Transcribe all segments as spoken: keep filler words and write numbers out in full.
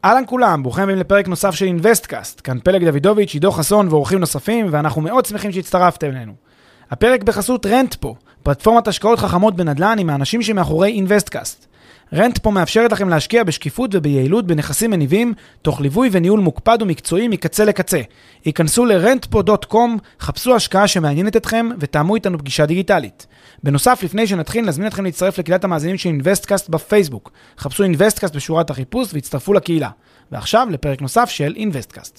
אהלן כולם, ברוכים הבאים לפרק נוסף של אינבסטקאסט. כאן פלג דוידוביץ', עידו חסון ואורחים נוספים, ואנחנו מאוד שמחים שהצטרפתם אלינו. הפרק בחסות רנטפו, פלטפורמת השקעות חכמות בנדל"ן עם האנשים שמאחורי אינבסטקאסט. רנטפו מאפשרת לכם להשקיע בשקיפות וביעילות בנכסים מניבים, תוך ליווי וניהול מוקפד ומקצועי מקצה לקצה. היכנסו ל-רנטפו דוט קום, חפשו השקעה שמעניינת אתכם ותאמו איתנו פגישה דיגיטלית. בנוסף, לפני שנתחיל, נזמין אתכם להצטרף לקהילת המאזינים של אינבסטקאסט בפייסבוק. חפשו אינבסטקאסט בשורת החיפוש והצטרפו לקהילה. ועכשיו לפרק נוסף של אינבסטקאסט.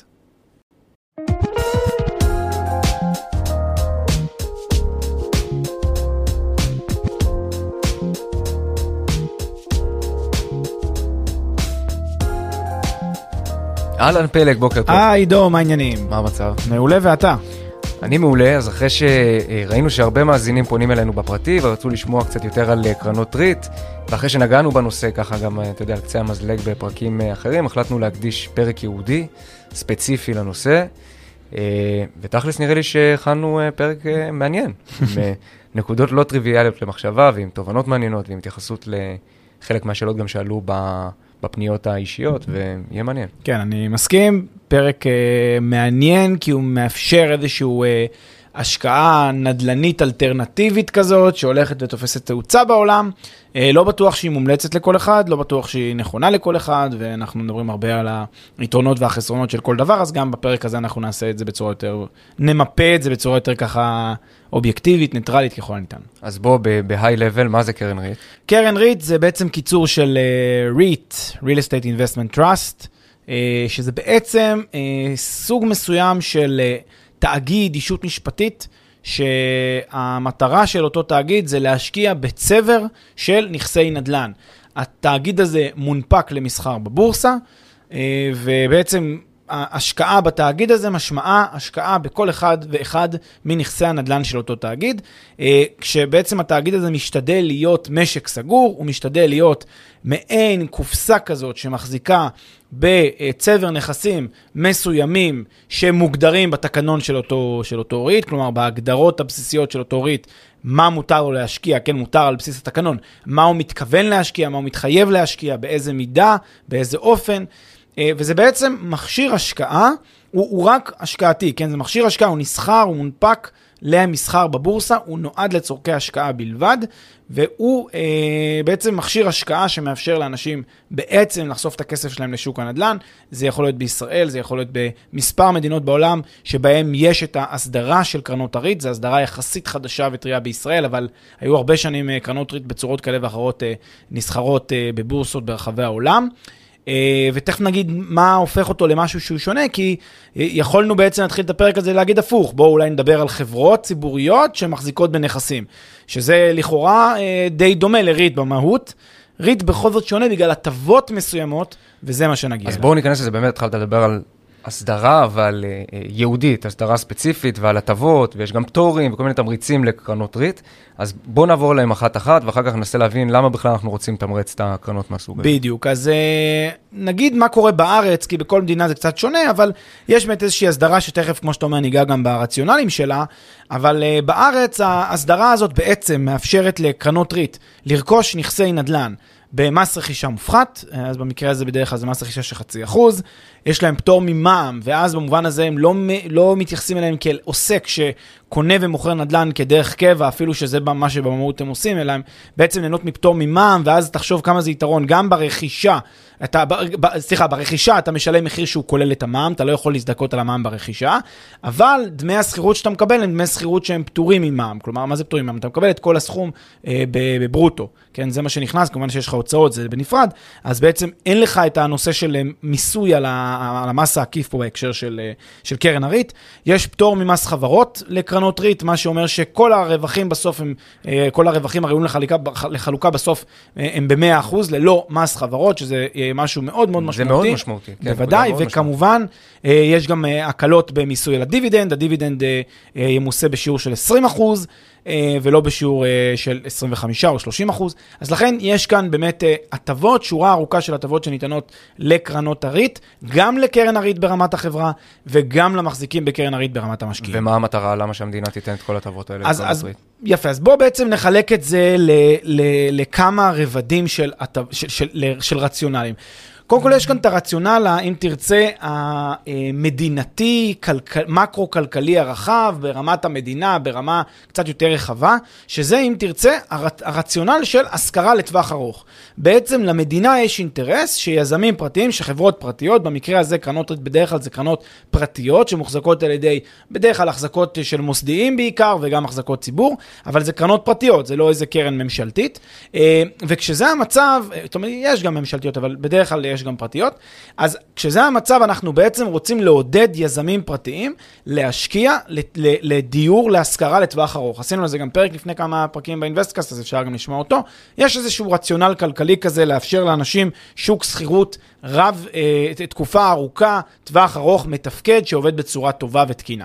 אהלן פלג, בוקר טוב. היי עידו, מה העניינים? מה המצב? מעולה, ואתה? אני מעולה, אז אחרי שראינו שהרבה מאזינים פונים אלינו בפרטי ורצו לשמוע קצת יותר על קרנות ריט, ואחרי שנגענו בנושא ככה גם, אתה יודע, על קצה המזלג בפרקים אחרים, החלטנו להקדיש פרק יהודי ספציפי לנושא, ותכלס נראה לי שהכנו פרק מעניין, עם נקודות לא טריוויאליות למחשבה ועם תובנות מעניינות ועם התייחסות לחלק מהשאלות גם שעלו ב... בפניות האישיות, ויהיה מעניין. כן, אני מסכים. פרק uh, מעניין, כי הוא מאפשר איזשהו uh, השקעה נדלנית אלטרנטיבית כזאת, שהולכת ותופסת תאוצה בעולם. Uh, לא בטוח שהיא מומלצת לכל אחד, לא בטוח שהיא נכונה לכל אחד, ואנחנו מדברים הרבה על היתרונות והחסרונות של כל דבר, אז גם בפרק הזה אנחנו נעשה את זה בצורה יותר, נמפה את זה בצורה יותר ככה אובייקטיבית, ניטרלית ככל הניתן. אז בוא, בהיי לבל, מה זה קרן ריט? קרן ריט זה בעצם קיצור של uh, ריט, Real Estate Investment Trust, uh, שזה בעצם uh, סוג מסוים של uh, תאגיד, אישות משפטית, שהמטרה של אותו תאגיד זה להשקיע בצבר של נכסי נדל"ן. התאגיד הזה מונפק למסחר בבורסה, uh, ובעצם ההשקעה בתאגיד הזה משמעה השקעה בכל אחד ואחד מנכסי הנדל"ן של אותו תאגיד, כשבעצם התאגיד הזה משתדל להיות משק סגור, הוא משתדל להיות מעין קופסה כזאת שמחזיקה בצבר נכסים מסוימים שמוגדרים בתקנון של אותו, של אותו ריט, כלומר בהגדרות הבסיסיות של אותו ריט, מה מותר לו להשקיע, כן, מותר על בסיס התקנון, מה הוא מתכוון להשקיע, מה הוא מתחייב להשקיע, באיזה מידה, באיזה אופן, וזה בעצם מכשיר השקעה, הוא, הוא רק השקעתי, כן? זה מכשיר השקעה, הוא נסחר, הוא מונפק למסחר בבורסה, הוא נועד לצורכי השקעה בלבד, והוא אה, בעצם מכשיר השקעה שמאפשר לאנשים בעצם לחשוף את הכסף שלהם לשוק הנדל"ן. זה יכול להיות בישראל, זה יכול להיות במספר מדינות בעולם, שבהם יש את ההסדרה של קרנות הריט, זו הסדרה יחסית חדשה וטריה בישראל, אבל היו הרבה שנים קרנות ריט בצורות כאלה ואחרות אה, נסחרות אה, בבורסות ברחבי העולם. ותכף נגיד מה הופך אותו למשהו שהוא שונה, כי יכולנו בעצם להתחיל את הפרק הזה להגיד הפוך. בואו אולי נדבר על חברות ציבוריות שמחזיקות בנכסים, שזה לכאורה די דומה לריט במהות. ריט בכל זאת שונה בגלל הטבות מסוימות, וזה מה שנגיע. אז בואו ניכנס לזה, באמת התחלת לדבר על הסדרה, אבל יהודית, הסדרה ספציפית ועל הטבות, ויש גם פטורים וכל מיני תמריצים לקרנות ריט. אז בואו נעבור להם אחת אחת, ואחר כך ננסה להבין למה בכלל אנחנו רוצים לתמרץ את הקרנות מהסוג הזה. בדיוק, אז נגיד מה קורה בארץ, כי בכל מדינה זה קצת שונה, אבל יש באמת איזושהי הסדרה שתכף, כמו שאתה אומר, ניגע גם ברציונלים שלה, אבל בארץ ההסדרה הזאת בעצם מאפשרת לקרנות ריט לרכוש נכסי נדל"ן במס רכישה מופחת, אז במקרה הזה בדרך כלל זה מס רכישה של חצי אחוז, יש להם פטור ממע"מ, ואז במובן הזה הם לא, לא מתייחסים אליהם כאל עוסק שקונה ומוכר נדל"ן כדרך קבע, אפילו שזה מה שבמהות הם עושים, אלא הם בעצם נהנות מפטור ממע"מ, ואז תחשוב כמה זה יתרון, גם ברכישה, אתה, ב, סליחה, ברכישה אתה משלם מחיר שהוא כולל את המע"מ, אתה לא יכול להזדכות על המע"מ ברכישה, אבל דמי השכירות שאתה מקבל הם דמי שכירות שהם פטורים ממע"מ, כלומר, מה זה פטורים ממע"מ? אתה מקבל את כל הסכום אה, בברוטו, כן? זה מה שנכנס, כמובן שיש לך הוצאות, זה בנפרד, אז בעצם אין לך את הנושא של מיסוי על, ה, על המס העקיף פה בהקשר של, של קרן הריט. יש פטור ממס חברות לקרנות ריט, מה שאומר שכל הרווחים בסוף הם, כל הרווחים הראויים לחלוקה, לחלוקה בסוף הם ב-מאה אחוז ללא מס חברות, שזה משהו מאוד מאוד משמעותי. זה מאוד משמעותי. כן, בוודאי, וכמובן יש גם הקלות במיסוי על הדיבידנד, הדיבידנד ימוסה בשיעור של עשרים אחוז, ולא בשיעור של עשרים וחמישה או שלושים אחוז. אז לכן יש כאן באמת הטבות, שורה ארוכה של הטבות שניתנות לקרנות הריט, גם לקרן הריט ברמת החברה, וגם למחזיקים בקרן הריט ברמת המשקיעים. ומה המטרה? למה שהמדינה תיתן את כל הטבות האלה? אז, אז יפה, אז בוא בעצם נחלק את זה ל, ל, לכמה רבדים של, של, של, של רציונלים. קודם כל יש כאן את הרציונל, אם תרצה, המדינתי, מקרו-כלכלי הרחב, ברמת המדינה, ברמה קצת יותר רחבה, שזה, אם תרצה, הרציונל של השכרה לטווח ארוך. בעצם למדינה יש אינטרס שיזמים פרטיים, שחברות פרטיות, במקרה הזה קרנות ריט בדרך כלל זה קרנות פרטיות, שמוחזקות על ידי, בדרך כלל החזקות של מוסדיים בעיקר, וגם החזקות ציבור, אבל זה קרנות פרטיות, זה לא איזה קרן ממשלתית. וכשזה המצב, זאת אומרת, יש גם ממשלתיות, אבל בדרך כלל יש גם פרטיות. אז כשזה המצב, אנחנו בעצם רוצים לעודד יזמים פרטיים להשקיע לדיור, להשכרה לטווח ארוך. עשינו לזה גם פרק לפני כמה פרקים באינבסטקאסט, אז אפשר גם לשמוע אותו. יש איזשהו רציונל כלכלי כזה לאפשר לאנשים שוק שכירות רב, אה, תקופה ארוכה, טווח ארוך, מתפקד, שעובד בצורה טובה ותקינה.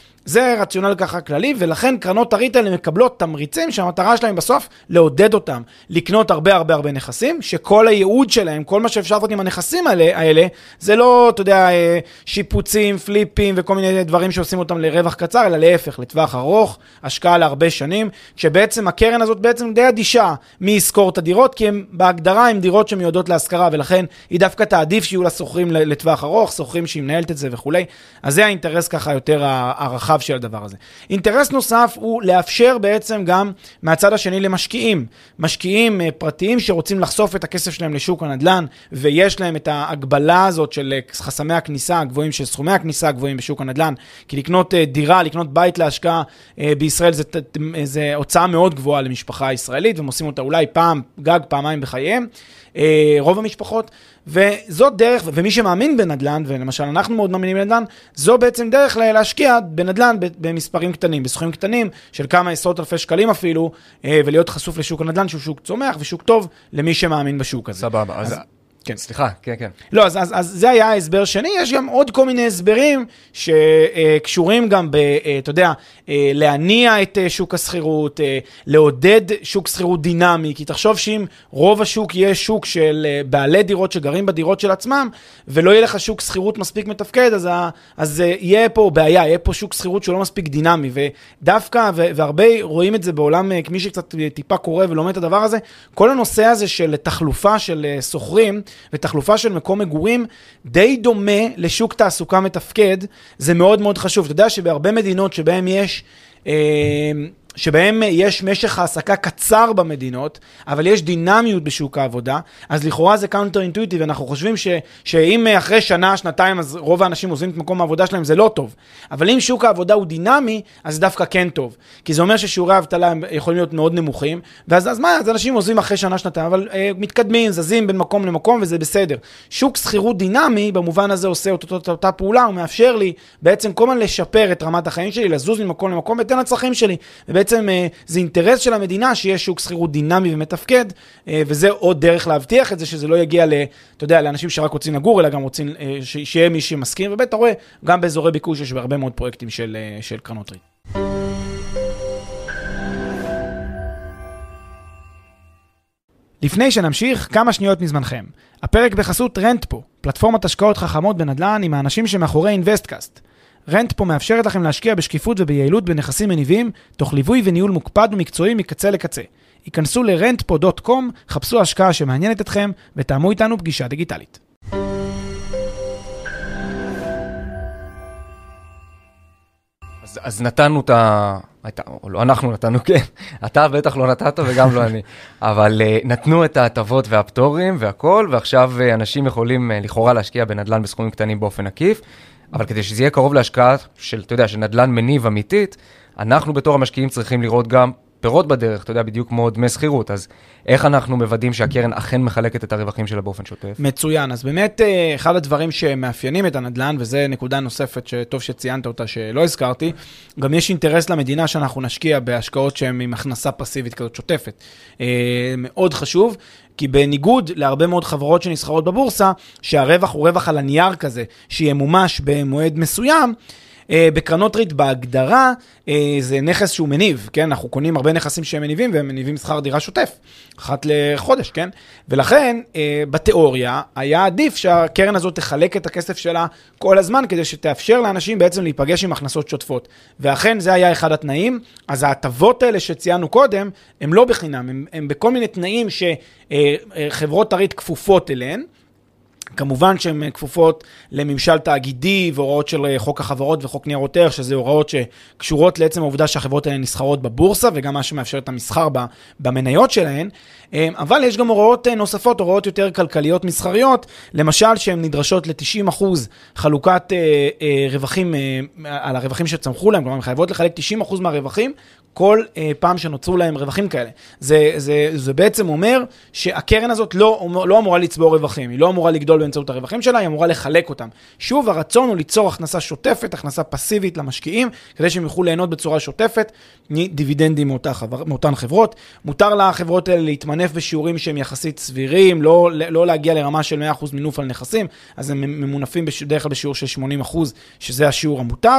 זה רציונל ככה כללי, ולכן קרנות הריט האלה מקבלות תמריצים שהמטרה שלהם בסוף לעודד אותם, לקנות הרבה הרבה הרבה נכסים, שכל הייעוד שלהם, כל מה שאפשר לעשות עם הנכסים האלה, האלה, זה לא, אתה יודע, שיפוצים, פליפים וכל מיני דברים שעושים אותם לרווח קצר, אלא להפך, לטווח ארוך, השקעה להרבה שנים, שבעצם הקרן הזאת בעצם די אדישה מי יזכור את הדירות, כי הם בהגדרה הם דירות שמיועדות להשכרה, ולכן היא דווקא תעדיף שיהיו לה שוכרים לטווח ארוך, שוכרים שהיא מנהלת את זה וכולי. אז זה האינטרס ככה יותר הרחב של הדבר הזה. אינטרס נוסף הוא לאפשר בעצם גם מהצד השני למשקיעים, משקיעים פרטיים שרוצים לחשוף את הכסף שלהם לשוק הנדל"ן, ויש להם את ההגבלה הזאת של חסמי הכניסה הגבוהים, של סכומי הכניסה הגבוהים בשוק הנדל"ן, כי לקנות דירה, לקנות בית להשקעה בישראל זה, זה הוצאה מאוד גבוהה למשפחה הישראלית, והם עושים אותה אולי פעם, גג פעמיים בחייהם, רוב המשפחות, וזאת דרך, ומי שמאמין בנדל"ן, ולמשל אנחנו מאוד מאמינים בנדל"ן, זו בעצם דרך להשקיע בנדל"ן במספרים קטנים, בסכומים קטנים, של כמה עשרות אלפי שקלים אפילו, ולהיות חשוף לשוק הנדל"ן, שהוא שוק צומח ושוק טוב, למי שמאמין בשוק הזה. סבבה, אז... כן. סליחה, כן, כן. לא, אז, אז, אז זה היה ההסבר שני, יש גם עוד כל מיני הסברים שקשורים גם ב, אתה יודע, להניע את שוק הסחירות, לעודד שוק סחירות דינמי, כי תחשוב שאם רוב השוק יהיה שוק של בעלי דירות שגרים בדירות של עצמם, ולא יהיה לך שוק סחירות מספיק מתפקד, אז, אז יהיה פה בעיה, יהיה פה שוק סחירות שהוא לא מספיק דינמי, ודווקא, והרבה רואים את זה בעולם, כמי שקצת טיפה קורא ולומד את הדבר הזה, כל הנושא הזה של תחלופה של סוחרים, ותחלופה של מקום מגורים די דומה לשוק תעסוקה מתפקד, זה מאוד מאוד חשוב. אתה יודע שבהרבה מדינות שבהם יש, שבהם יש משך העסקה קצר במדינות, אבל יש דינמיות בשוק העבודה, אז לכאורה זה קאונטר אינטואיטיב, אנחנו חושבים ש, שאם אחרי שנה, שנתיים, אז רוב האנשים עוזבים את מקום העבודה שלהם, זה לא טוב. אבל אם שוק העבודה הוא דינמי, אז זה דווקא כן טוב. כי זה אומר ששיעורי האבטלה יכולים להיות מאוד נמוכים, ואז אז מה, אז אנשים עוזבים אחרי שנה, שנתיים, אבל אה, מתקדמים, זזים בין מקום למקום, וזה בסדר. שוק שכירות דינמי, במובן הזה עושה אותה, אותה, אותה פעולה, הוא מאפשר לי בעצם כל הזמן לשפר את רמת החיים שלי, לזוז ממקום למקום, ותן לצרכים שלי. בעצם זה אינטרס של המדינה שיש שוק שכירות דינמי ומתפקד, וזה עוד דרך להבטיח את זה, שזה לא יגיע, אתה יודע, לאנשים שרק רוצים לגור, אלא גם רוצים שיהיה מי שמסכים, ובית אתה רואה, גם באזורי ביקוש יש בהרבה מאוד פרויקטים של, של קרנות ריט. לפני שנמשיך, כמה שניות מזמנכם. הפרק בחסות רנטפו, פלטפורמת השקעות חכמות בנדל"ן עם האנשים שמאחורי אינבסטקאסט. רנטפו מאפשרת לכם להשקיע בשקיפות וביעילות בנכסים מניבים, תוך ליווי וניהול מוקפד ומקצועי מקצה לקצה. היכנסו ל-רנטפו דוט קום, חפשו השקעה שמעניינת אתכם, ותאמו איתנו פגישה דיגיטלית. אז, אז נתנו את ה... או לא, אנחנו נתנו, כן. אתה בטח לא נתת וגם לא אני. אבל uh, נתנו את ההטבות והפטורים והכל, ועכשיו uh, אנשים יכולים uh, לכאורה להשקיע בנדל"ן בסכומים קטנים באופן עקיף, אבל כדי שזה יהיה קרוב להשקעה של, אתה יודע, של נדל"ן מניב אמיתית, אנחנו בתור המשקיעים צריכים לראות גם פירות בדרך, אתה יודע, בדיוק כמו דמי שכירות. אז איך אנחנו מוודאים שהקרן אכן מחלקת את הרווחים שלה באופן שוטף? מצוין. אז באמת, אחד הדברים שמאפיינים את הנדל"ן, וזה נקודה נוספת שטוב שציינת אותה שלא הזכרתי, גם יש אינטרס למדינה שאנחנו נשקיע בהשקעות שהן עם הכנסה פסיבית כזאת שוטפת. מאוד חשוב, כי בניגוד להרבה מאוד חברות שנסחרות בבורסה, שהרווח הוא רווח על הנייר כזה, שיהיה מומש במועד מסוים, בקרנות ריט בהגדרה זה נכס שהוא מניב, כן? אנחנו קונים הרבה נכסים שהם מניבים, והם מניבים שכר דירה שוטף, אחת לחודש, כן? ולכן בתיאוריה היה עדיף שהקרן הזאת תחלק את הכסף שלה כל הזמן, כדי שתאפשר לאנשים בעצם להיפגש עם הכנסות שוטפות. ואכן זה היה אחד התנאים. אז ההטבות האלה שציינו קודם, הם לא בחינם, הם, הם בכל מיני תנאים שחברות הריט כפופות אליהן, כמובן שהן כפופות לממשל תאגידי והוראות של חוק החברות וחוק ניירות ערך, שזה הוראות שקשורות לעצם העובדה שהחברות האלה נסחרות בבורסה, וגם מה שמאפשר את המסחר במניות שלהן. אבל יש גם הוראות נוספות, הוראות יותר כלכליות מסחריות, למשל שהן נדרשות ל-תשעים אחוז חלוקת רווחים, על הרווחים שצמחו להם, כלומר, חייבות לחלק תשעים אחוז מהרווחים, כל אה, פעם שנוצרו להם רווחים כאלה. זה, זה, זה בעצם אומר שהקרן הזאת לא, לא אמורה לצבור רווחים, היא לא אמורה לגדול באמצעות הרווחים שלה, היא אמורה לחלק אותם. שוב, הרצון הוא ליצור הכנסה שוטפת, הכנסה פסיבית למשקיעים, כדי שהם יוכלו ליהנות בצורה שוטפת, דיבידנדים מאותה חבר, מאותן חברות. מותר לחברות האלה להתמנף בשיעורים שהם יחסית סבירים, לא, לא להגיע לרמה של מאה אחוז מינוף על נכסים, אז הם ממונפים בדרך כלל בשיעור של שמונים אחוז, שזה השיעור המותר,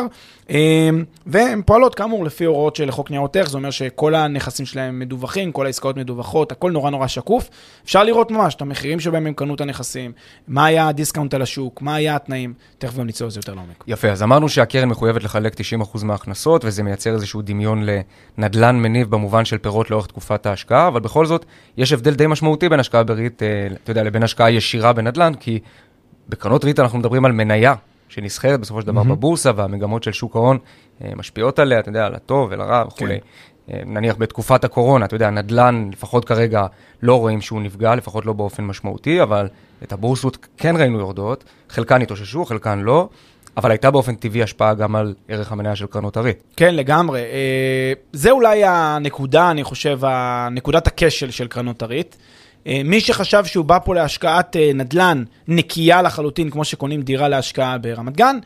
והם פועלות כאמור לפי הוראות של חוק ניירות ערך, זה אומר שכל הנכסים שלהם מדווחים, כל העסקאות מדווחות, הכל נורא נורא שקוף. אפשר לראות ממש את המחירים שבהם הם קנו את הנכסים, מה היה הדיסקאונט על השוק, מה היה התנאים, תכף גם ניצור את זה יותר לעומק. יפה, אז אמרנו שהקרן מחויבת לחלק תשעים אחוז מההכנסות, וזה מייצר איזשהו דמיון לנדלן מניב במובן של פירות לאורך תקופת ההשקעה, אבל בכל זאת יש הבדל די משמעותי בין השקעה ברית, אתה יודע, לבין השקעה ישירה בנדלן, כי בקרנות רית אנחנו מדברים על מניה שנסחרת בסופו של דבר mm-hmm. בבורסה, והמגמות של שוק ההון משפיעות עליה, אתה יודע, על הטוב ולרע וכו'. כן. נניח בתקופת הקורונה, אתה יודע, נדל"ן, לפחות כרגע לא רואים שהוא נפגע, לפחות לא באופן משמעותי, אבל את הבורסות כן ראינו יורדות, חלקן התאוששו, חלקן לא, אבל הייתה באופן טבעי השפעה גם על ערך המניה של קרנות הרית. כן, לגמרי. זה אולי הנקודה, אני חושב, נקודת הכשל של קרנות הרית. מי שחשב שהוא בא פה להשקעת נדל"ן נקייה לחלוטין, כמו שקונים דירה להשקעה ברמת גן,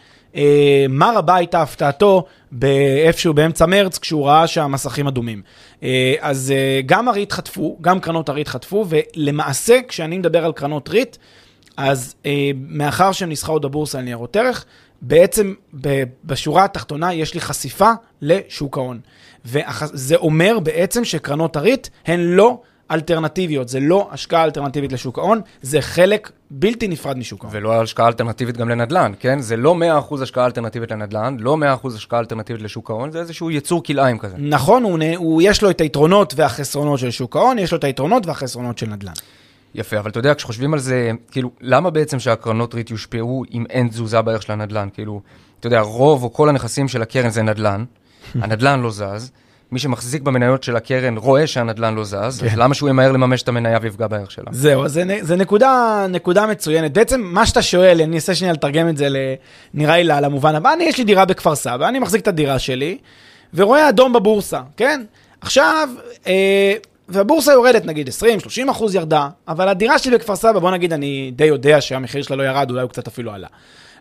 מה רבה הייתה הפתעתו באיפשהו באמצע מרץ, כשהוא ראה שהמסכים אדומים. אז גם הרית חטפו, גם קרנות הרית חטפו, ולמעשה, כשאני מדבר על קרנות רית, אז מאחר שהן נסחרות בבורסה על ניירות ערך, בעצם בשורה התחתונה יש לי חשיפה לשוק ההון. וזה אומר בעצם שקרנות הרית הן לא אלטרנטיביות, זה לא השקעה אלטרנטיבית לשוק ההון, זה חלק בלתי נפרד משוק ההון. ולא השקעה אלטרנטיבית גם לנדל"ן, כן? זה לא מאה אחוז השקעה אלטרנטיבית לנדל"ן, לא מאה אחוז השקעה אלטרנטיבית לשוק ההון, זה איזשהו יצור כלאיים כזה. נכון, הוא, הוא, יש לו את היתרונות והחסרונות של שוק ההון, יש לו את היתרונות והחסרונות של נדל"ן. יפה, אבל אתה יודע, כשחושבים על זה, כאילו, למה בעצם שהקרנות רית יושפעו אם אין תזוזה בערך של הנדל"ן? כאילו, אתה יודע, רוב או כל הנכסים של הקרן זה נדל"ן, הנדל"ן לא זז, מי שמחזיק במניות של הקרן רואה שהנדל"ן לא זז, אז למה שהוא ימהר לממש את המניה ויפגע בערך שלה? זהו, זה, זה נקודה, נקודה מצוינת. בעצם מה שאתה שואל, אני אעשה שנייה לתרגם את זה, נראה לי למובן הבא, אני יש לי דירה בכפר סבא, אני מחזיק את הדירה שלי, ורואה אדום בבורסה, כן? עכשיו, אה, והבורסה יורדת, נגיד עשרים שלושים אחוז ירדה, אבל הדירה שלי בכפר סבא, בוא נגיד, אני די יודע שהמחיר שלה לא ירד, אולי הוא קצת אפילו עלה.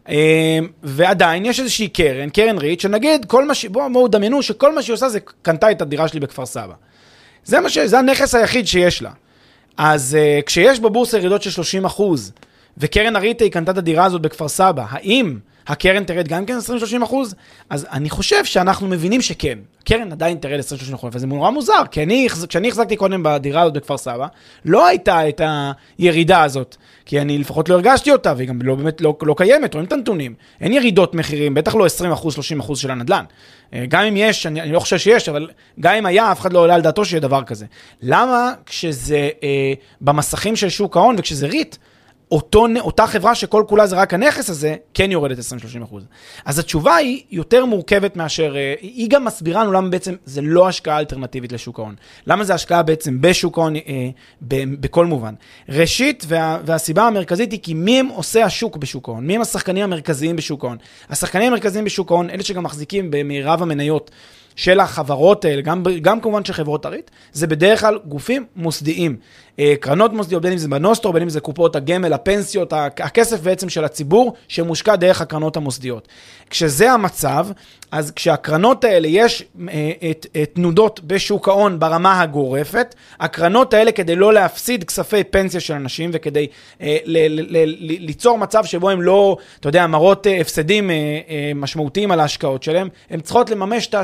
ועדיין יש איזושהי קרן, קרן רית, שנגיד, כל מה ש... בואו בוא, דמיינו שכל מה שהיא עושה זה קנתה את הדירה שלי בכפר סבא. זה מה ש... זה הנכס היחיד שיש לה. אז uh, כשיש בבורסה ירידות של שלושים אחוז, וקרן הרית היא קנתה את הדירה הזאת בכפר סבא, האם הקרן תרד גם כן עשרים שלושים אחוז? אז אני חושב שאנחנו מבינים שכן. הקרן עדיין תרד עשרים שלושים אחוז, וזה נורא מוזר, כי אני, כשאני החזקתי קודם בדירה הזאת בכפר סבא, לא הייתה את הירידה הזאת, כי אני לפחות לא הרגשתי אותה, והיא גם לא, באמת לא, לא קיימת, רואים את הנתונים. אין ירידות מחירים, בטח לא עשרים אחוז, שלושים אחוז של הנדל"ן. גם אם יש, אני, אני לא חושב שיש, אבל גם אם היה, אף אחד לא עולה על דעתו שיהיה דבר כזה. למה כשזה אה, במסכים של שוק ההון, וכשזה רית, אותו, אותה חברה שכל כולה זה רק הנכס הזה, כן יורדת עשרים שלושים אחוז. אז התשובה היא יותר מורכבת מאשר, היא גם מסבירה לנו למה בעצם זה לא השקעה אלטרנטיבית לשוק ההון. למה זה השקעה בעצם בשוק ההון אה, ב, בכל מובן. ראשית, וה, והסיבה המרכזית היא כי מי הם עושה השוק בשוק ההון? מי הם השחקנים המרכזיים בשוק ההון? השחקנים המרכזיים בשוק ההון, אלה שגם מחזיקים במרב המניות של החברות האלה, גם, גם כמובן של חברות הרית, זה בדרך כלל גופים מוסדיים. קרנות מוסדיות, בין אם זה בנוסטרו, בין אם זה קופות הגמל, הפנסיות, הכסף בעצם של הציבור, שמושקע דרך הקרנות המוסדיות. כשזה המצב, אז כשהקרנות האלה יש את, את תנודות בשוק ההון ברמה הגורפת, הקרנות האלה כדי לא להפסיד כספי פנסיה של אנשים, וכדי אה, ל, ל, ל, ליצור מצב שבו הם לא, אתה יודע, מראות הפסדים אה, אה, משמעותיים על ההשקעות שלהם, הם צריכות לממש את ההשקעות.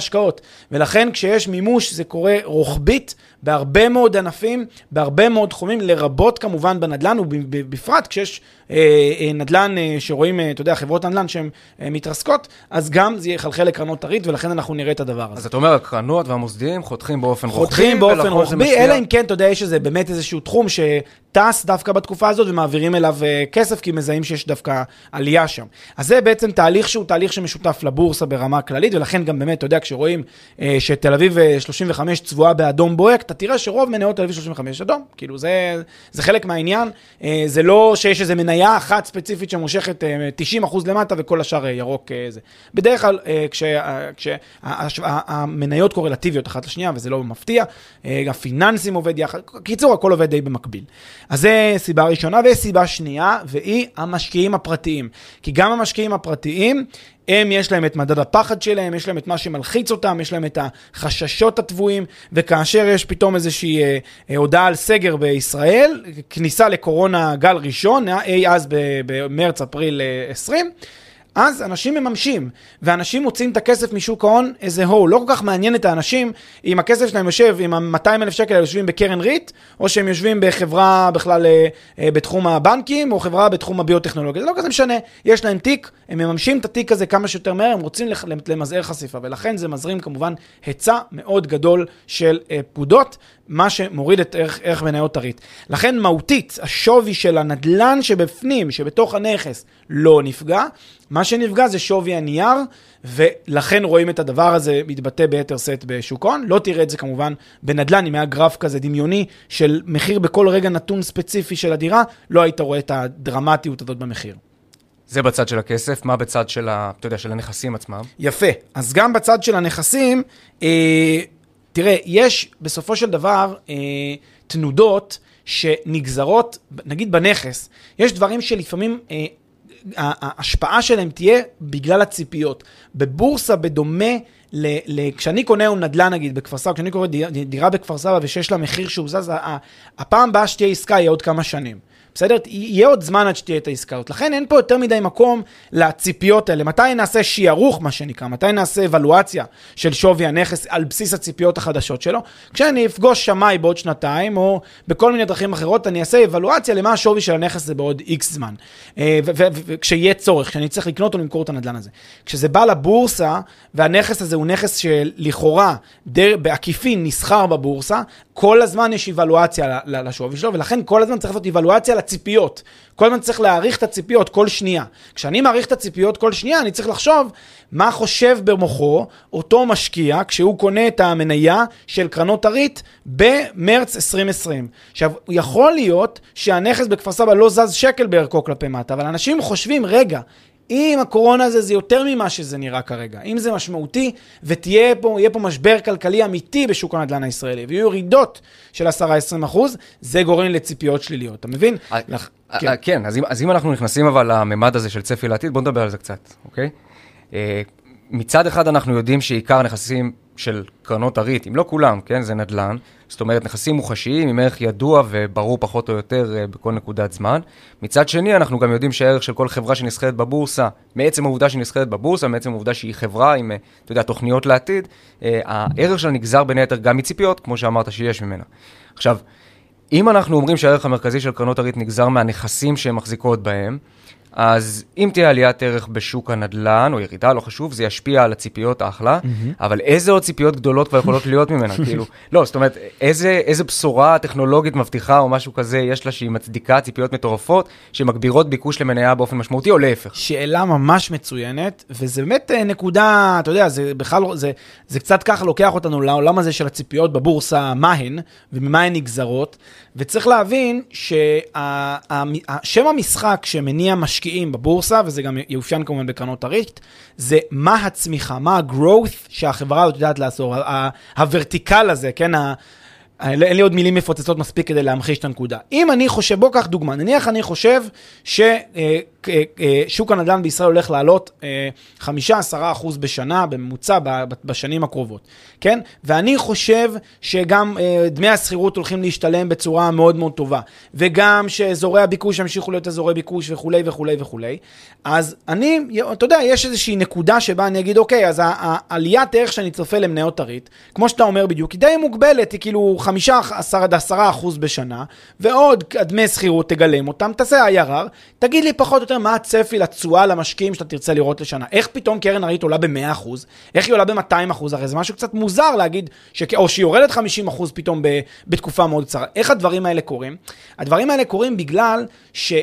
ולכן כשיש מימוש זה קורה רוחבית בהרבה מאוד ענפים, בהרבה מאוד תחומים, לרבות כמובן בנדל"ן, ובפרט כשיש אה, אה, נדל"ן אה, שרואים, אה, אתה יודע, חברות נדל"ן שהן אה, מתרסקות, אז גם זה יחלחל לקרנות הריט, ולכן אנחנו נראה את הדבר הזה. אז אתה אומר, הקרנות והמוסדיים חותכים באופן רוחבי, חותכים באופן רוחבי, אלא אם כן, אתה יודע, יש איזה באמת איזשהו תחום שטס דווקא בתקופה הזאת, ומעבירים אליו אה, כסף, כי מזהים שיש דווקא עלייה שם. אז זה בעצם תהליך שהוא תהליך שמשותף לבורסה ברמה כללית, ולכן גם באמת, אתה יודע, כשרואים אה, שתל אביב שלושים וחמש צבועה באדום בוהק, אתה תראה שרוב מניות תל אביב שלושים וחמש אדום. כאילו זה, זה חלק מהעניין. אה, זה לא שיש איזו מניה אחת ספציפית שמושכת אה, תשעים אחוז למטה וכל השאר ירוק אה, זה. בדרך כלל, אה, כשהמניות כשה, קורלטיביות אחת לשנייה, וזה לא מפתיע, אה, גם פיננסים עובד יחד. קיצור, הכל עובד די במקביל. אז זה סיבה ראשונה, וסיבה שנייה, והיא המשקיעים הפרטיים. כי גם המשקיעים הפרטיים, הם יש להם את מדד הפחד שלהם, יש להם את מה שמלחיץ אותם, יש להם את החששות הטבועים, וכאשר יש פתאום איזושהי אה, אה, הודעה על סגר בישראל, כניסה לקורונה גל ראשון, אי אז במרץ, אפריל עשרים, אז אנשים מממשים, ואנשים מוצאים את הכסף משוק ההון איזה הו, לא כל כך מעניין את האנשים אם הכסף שלהם יושב, אם ה-מאתיים אלף שקל יושבים בקרן ריט, או שהם יושבים בחברה בכלל אה, בתחום הבנקים, או חברה בתחום הביוטכנולוגיה, זה לא כזה משנה, יש להם תיק, הם מממשים את התיק הזה כמה שיותר מהר, הם רוצים למזער חשיפה, ולכן זה מזרים כמובן היצע מאוד גדול של אה, פקודות, מה שמוריד את ערך, ערך מניות הריט. לכן מהותית, השווי של הנדלן שבפנים, שבתוך הנכס, לא נפגע. מה שנפגע זה שווי הנייר, ולכן רואים את הדבר הזה מתבטא ביתר סט בשוק ההון. לא תראה את זה כמובן בנדלן, אם היה גרף כזה דמיוני של מחיר בכל רגע נתון ספציפי של הדירה, לא היית רואה את הדרמטיות הזאת במחיר. זה בצד של הכסף, מה בצד של, ה, אתה יודע, של הנכסים עצמם? יפה. אז גם בצד של הנכסים, אה, תראה, יש בסופו של דבר אה, תנודות שנגזרות, נגיד בנכס, יש דברים שלפעמים אה, ההשפעה שלהם תהיה בגלל הציפיות. בבורסה בדומה, ל, ל, כשאני קונה הוא נדל"ן נגיד בכפר סבא, כשאני קורא דירה, דירה בכפר סבא ושיש לה מחיר שהוא זז, הפעם הבאה שתהיה עסקה יהיה עוד כמה שנים. בסדר? יהיה עוד זמן עד שתהיה את העסקאות. לכן אין פה יותר מדי מקום לציפיות האלה. מתי נעשה שיערוך, מה שנקרא? מתי נעשה אבלואציה של שווי הנכס על בסיס הציפיות החדשות שלו? כשאני אפגוש שמאי בעוד שנתיים, או בכל מיני דרכים אחרות, אני אעשה אבלואציה למה השווי של הנכס זה בעוד איקס זמן. וכשיהיה צורך, כשאני צריך לקנות או למכור את הנדל"ן הזה. כשזה בא לבורסה, והנכס הזה הוא נכס שלכאורה, בעקיפין נסחר בבורסה, כל הזמן יש אבלואציה לשווי שלו, ולכן כל הזמן צריך לעשות אבלואציה לציפיות. כל הזמן צריך להעריך את הציפיות כל שנייה. כשאני מעריך את הציפיות כל שנייה, אני צריך לחשוב מה חושב במוחו אותו משקיע כשהוא קונה את המניה של קרנות הריט במרץ עשרים עשרים. עכשיו, יכול להיות שהנכס בכפר סבא לא זז שקל בערכו כלפי מטה, אבל אנשים חושבים, רגע, אם הקורונה הזה זה יותר ממה שזה נראה כרגע, אם זה משמעותי ותהיה פה, יהיה פה משבר כלכלי אמיתי בשוק הנדל"ן הישראלי, ויהיו ירידות של עשרה עד עשרים אחוז, זה גורם לציפיות שליליות. אתה מבין? כן, אז אם אנחנו נכנסים אבל לממד הזה של צפי לעתיד, בוא נדבר על זה קצת, אוקיי? מצד אחד אנחנו יודעים שעיקר נכסים של קרנות הריט, אם לא כולם, כן, זה נדל"ן, זאת אומרת נכסים מוחשיים עם ערך ידוע וברור פחות או יותר בכל נקודת זמן. מצד שני אנחנו גם יודעים שהערך של כל חברה שנסחרת בבורסה, מעצם העובדה שנסחרת בבורסה, מעצם העובדה שהיא חברה עם, אתה יודע, תוכניות לעתיד, הערך שלה נגזר בין היתר גם מציפיות, כמו שאמרת שיש ממנה. עכשיו, אם אנחנו אומרים שהערך המרכזי של קרנות הריט נגזר מהנכסים שהן מחזיקות בהם, אז אם תהיה עליית ערך בשוק הנדל"ן, או ירידה, לא חשוב, זה ישפיע על הציפיות האחלה, אבל איזה עוד ציפיות גדולות כבר יכולות להיות ממנה? כאילו, לא, זאת אומרת, איזה, איזה בשורה טכנולוגית מבטיחה או משהו כזה יש לה שהיא מצדיקה ציפיות מטורפות, שמגבירות ביקוש למניה באופן משמעותי, או להפך? שאלה ממש מצוינת, וזה באמת נקודה, אתה יודע, זה בכלל, זה, זה קצת ככה לוקח אותנו לעולם הזה של הציפיות בבורסה, מה הן, וממה הן נגזרות, וצריך להבין ששם המשחק שמניע משקיעים בבורסה, וזה גם יאופיין כמובן בקרנות הריט, זה מה הצמיחה, מה ה-growth שהחברה הזאת יודעת לעשות, הוורטיקל הזה, כן, אין לי עוד מילים מפוצצות מספיק כדי להמחיש את הנקודה. אם אני חושב, בוא קח דוגמה, נניח אני חושב ששוק הנדל"ן בישראל הולך לעלות חמישה עד עשרה אחוז בשנה, בממוצע בשנים הקרובות, כן? ואני חושב שגם דמי השכירות הולכים להשתלם בצורה מאוד מאוד טובה, וגם שאזורי הביקוש ימשיכו להיות אזורי ביקוש וכולי וכולי וכולי, אז אני, אתה יודע, יש איזושהי נקודה שבה אני אגיד, אוקיי, אז העליית ערך שאני צופה למניות הריט, כמו שאתה אומר בדיוק, היא די מוגבלת, היא כאילו חמישה עד עשרה אחוז בשנה, ועוד דמי שכירות תגלם אותם, תעשה איי אר אר, תגיד לי פחות או יותר מה הצפי לתשואה למשקיעים שאתה תרצה לראות לשנה. איך פתאום קרן הריט עולה ב-מאה אחוז? איך היא עולה ב-מאתיים אחוז? הרי זה משהו קצת מוזר להגיד, ש... או שהיא יורדת חמישים אחוז פתאום ב... בתקופה מאוד קצרה. איך הדברים האלה קורים? הדברים האלה קורים בגלל שמה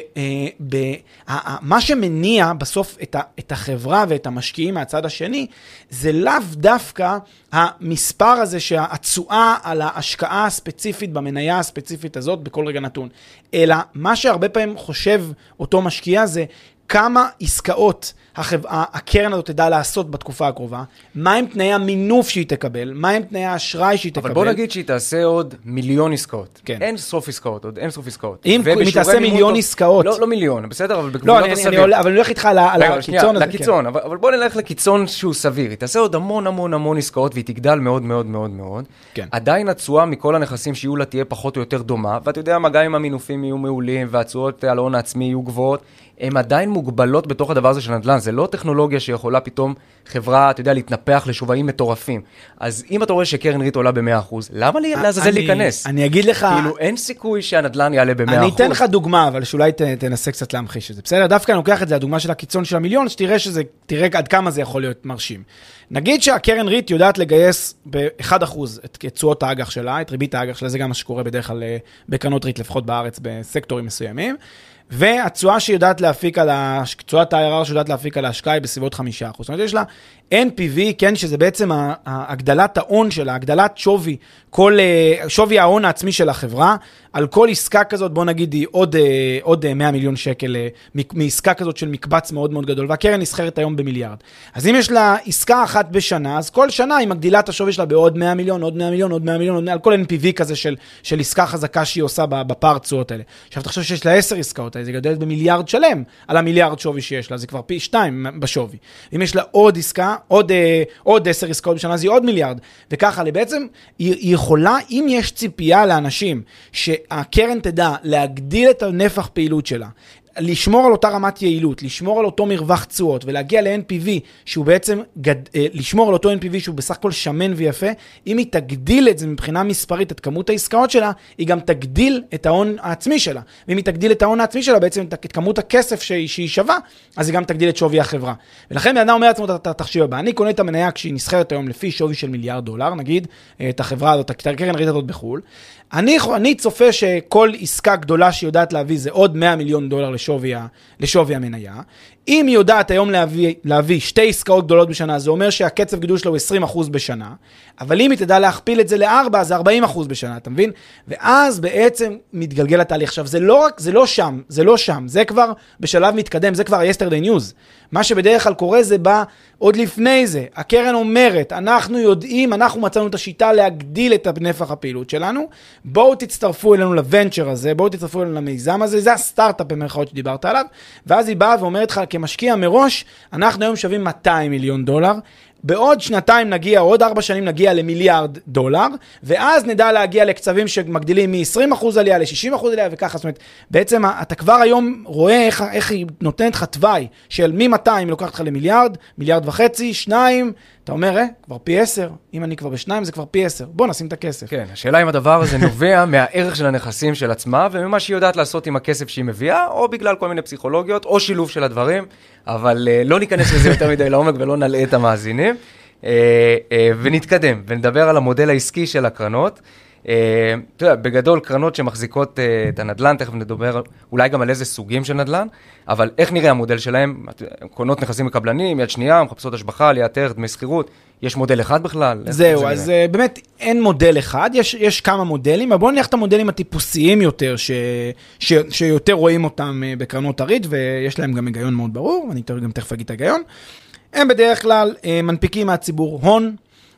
אה, שמניע בסוף את, ה... את החברה ואת המשקיעים מהצד השני, זה לאו דווקא המספר הזה שהתשואה על ההשקעה הספציפית במניה הספציפית הזאת בכל רגע נתון, אלא מה שהרבה פעמים חושב אותו משקיע זה כמה עסקאות החב... הקרן הזאת תדע לעשות בתקופה הקרובה, מה הם תנאי המינוף שהיא תקבל, מה הם תנאי האשראי שהיא תקבל. אבל בוא נגיד שהיא תעשה עוד מיליון עסקאות. כן. אין סוף עסקאות, עוד אין סוף עסקאות. אם היא תעשה מיליון עסקאות. לא, לא מיליון, בסדר, אבל בגבולות הסביר. לא, אני, אבל אני הולך איתך על הקיצון הזה. לקיצון, אבל, אבל בוא נלך לקיצון שהוא סביר. היא תעשה עוד המון המון המון עסקאות, והיא תגדל מאוד מאוד מאוד מאוד. כן. עדיין התשואה מכל הנכסים שיהיו לה תהיה פחות או יותר דומה, ואתה יודע מה, גם אם המינופים יהיו מעולים, והתשואות על ההון העצמי יהיו גבוהות, הם עדיין מוגבלות בתוך הדבר הזה של נדל"ן. זה לא טכנולוגיה שיכולה פתאום חברה, אתה יודע, להתנפח לשווים מטורפים. אז אם אתה רואה שקרן ריט עולה ב-מאה אחוז, למה לעזאזל להיכנס? אני אגיד לך... כאילו, אין סיכוי שהנדל"ן יעלה ב-מאה אחוז. אני אתן לך דוגמה, אבל שאולי תנסה קצת להמחיש את זה. בסדר, דווקא אני לוקח את זה, הדוגמה של הקיצון של המיליון, שתראה שזה, תראה עד כמה זה יכול להיות מרשים. נגיד שהקרן ריט יודעת לגייס ב-אחד אחוז את תשואות האג"ח שלה, את ריבית האג"ח שלה, זה גם מה שקורה בדרך כלל בקרנות ריט, לפחות בארץ, בסקטורים מסוימים. והתשואה שיודעת להפיק על תשואת ה-איי אר אר שיודעת להפיק על ההשקעה היא בסביבות חמישה אחוז. זאת אומרת, יש לה אן פי וי, כן, שזה בעצם הגדלת ההון שלה, הגדלת שווי, כל שווי ההון העצמי של החברה, על כל עסקה כזאת, בוא נגיד, היא עוד, עוד מאה מיליון שקל מעסקה כזאת של מקבץ מאוד מאוד גדול, והקרן נסחרת היום במיליארד. אז אם יש לה עסקה אחת בשנה, אז כל שנה היא מגדילה את השווי שלה בעוד מאה מיליון, עוד מאה מיליון, עוד מאה מיליון, על כל אן פי וי כזה של, של עסקה חזקה שהיא עושה בפער תשואות האלה. עכשיו, תחשוב שיש לה עשר עסקאות, זה גדלת במיליארד שלם על המיליארד שווי שיש לה, זה כבר פי שתיים בשווי. אם יש לה עוד עסקה, עוד, עוד עשר עסקאות בשנה, זה עוד מיליארד. וככה, בעצם, היא, היא יכולה, אם יש ציפייה לאנשים, שהקרן תדע להגדיל את הנפח פעילות שלה, לשמור על אותה רמת יעילות, לשמור על אותו מרווח תשואות, ולהגיע ל-אן פי וי, שהוא בעצם, גד... לשמור על אותו אן פי וי, שהוא בסך הכל שמן ויפה, אם היא תגדיל את זה מבחינה מספרית, את כמות העסקאות שלה, היא גם תגדיל את ההון העצמי שלה. ואם היא תגדיל את ההון העצמי שלה, בעצם את כמות הכסף שהיא, שהיא שווה, אז היא גם תגדיל את שווי החברה. ולכן בן אדם אומר לעצמו את התחשיב הבא. אני קונה את המניה כשהיא נסחרת היום לפי שווי של מיליארד דולר, נגיד, את החברה הזאת, הקרן ריט הזאת בחו"ל. אני, אני צופה שכל עסקה גדולה שיודעת להביא זה עוד מאה מיליון דולר לשווי, לשווי המניה. אם היא יודעת היום להביא, להביא שתי עסקאות גדולות בשנה, זה אומר שהקצב גידול שלו הוא עשרים אחוז בשנה, אבל אם היא תדע להכפיל את זה לארבע, זה ארבעים אחוז בשנה, אתה מבין? ואז בעצם מתגלגל התהליך. עכשיו, זה לא רק, זה לא שם, זה לא שם, זה כבר בשלב מתקדם, זה כבר yesterday news. מה שבדרך כלל קורה זה בא עוד לפני זה. הקרן אומרת, אנחנו יודעים, אנחנו מצאנו את השיטה להגדיל את נפח הפעילות שלנו, בואו תצטרפו אלינו לוונצ'ר הזה, בואו תצטרפו אלינו למיזם הזה, זה הסטארט-אפ במרכאות שדיברת עליו, ואז היא באה ואומרת לך, כמשקיע מראש, אנחנו היום שווים מאתיים מיליון דולר, בעוד שנתיים נגיע, עוד ארבע שנים נגיע למיליארד דולר, ואז נדע להגיע לקצבים שמגדילים מ-עשרים אחוז עלייה ל-שישים אחוז עלייה, וככה, זאת אומרת, בעצם אתה כבר היום רואה איך, איך היא נותנת לך תוואי, של מ-מאתיים לוקחת לך למיליארד, מיליארד וחצי, שניים, אתה אומר, אה, כבר פי עשר, אם אני כבר בשניים זה כבר פי עשר, בוא נשים את הכסף. כן, השאלה אם הדבר הזה נובע מהערך של הנכסים של עצמה, וממה שהיא יודעת לעשות עם הכסף שהיא מביאה, או בגלל כל מיני פסיכולוגיות, או שילוב של הדברים, אבל uh, לא ניכנס לזה יותר מדי לעומק ולא נלאה את המאזינים, uh, uh, ונתקדם, ונדבר על המודל העסקי של הקרנות. Uh, אתה יודע, בגדול קרנות שמחזיקות uh, את הנדל"ן, תכף נדבר אולי גם על איזה סוגים של נדל"ן, אבל איך נראה המודל שלהם? קונות נכסים מקבלנים, יד שנייה, מחפשות השבחה, עליית ערך, דמי שכירות, יש מודל אחד בכלל? זהו, אז נראה? באמת אין מודל אחד, יש, יש כמה מודלים, אבל בואו נלך את המודלים הטיפוסיים יותר, ש, ש, שיותר רואים אותם בקרנות הריט, ויש להם גם היגיון מאוד ברור, אני גם תכף אגיד את ההיגיון. הם בדרך כלל מנפיקים מהציבור הון,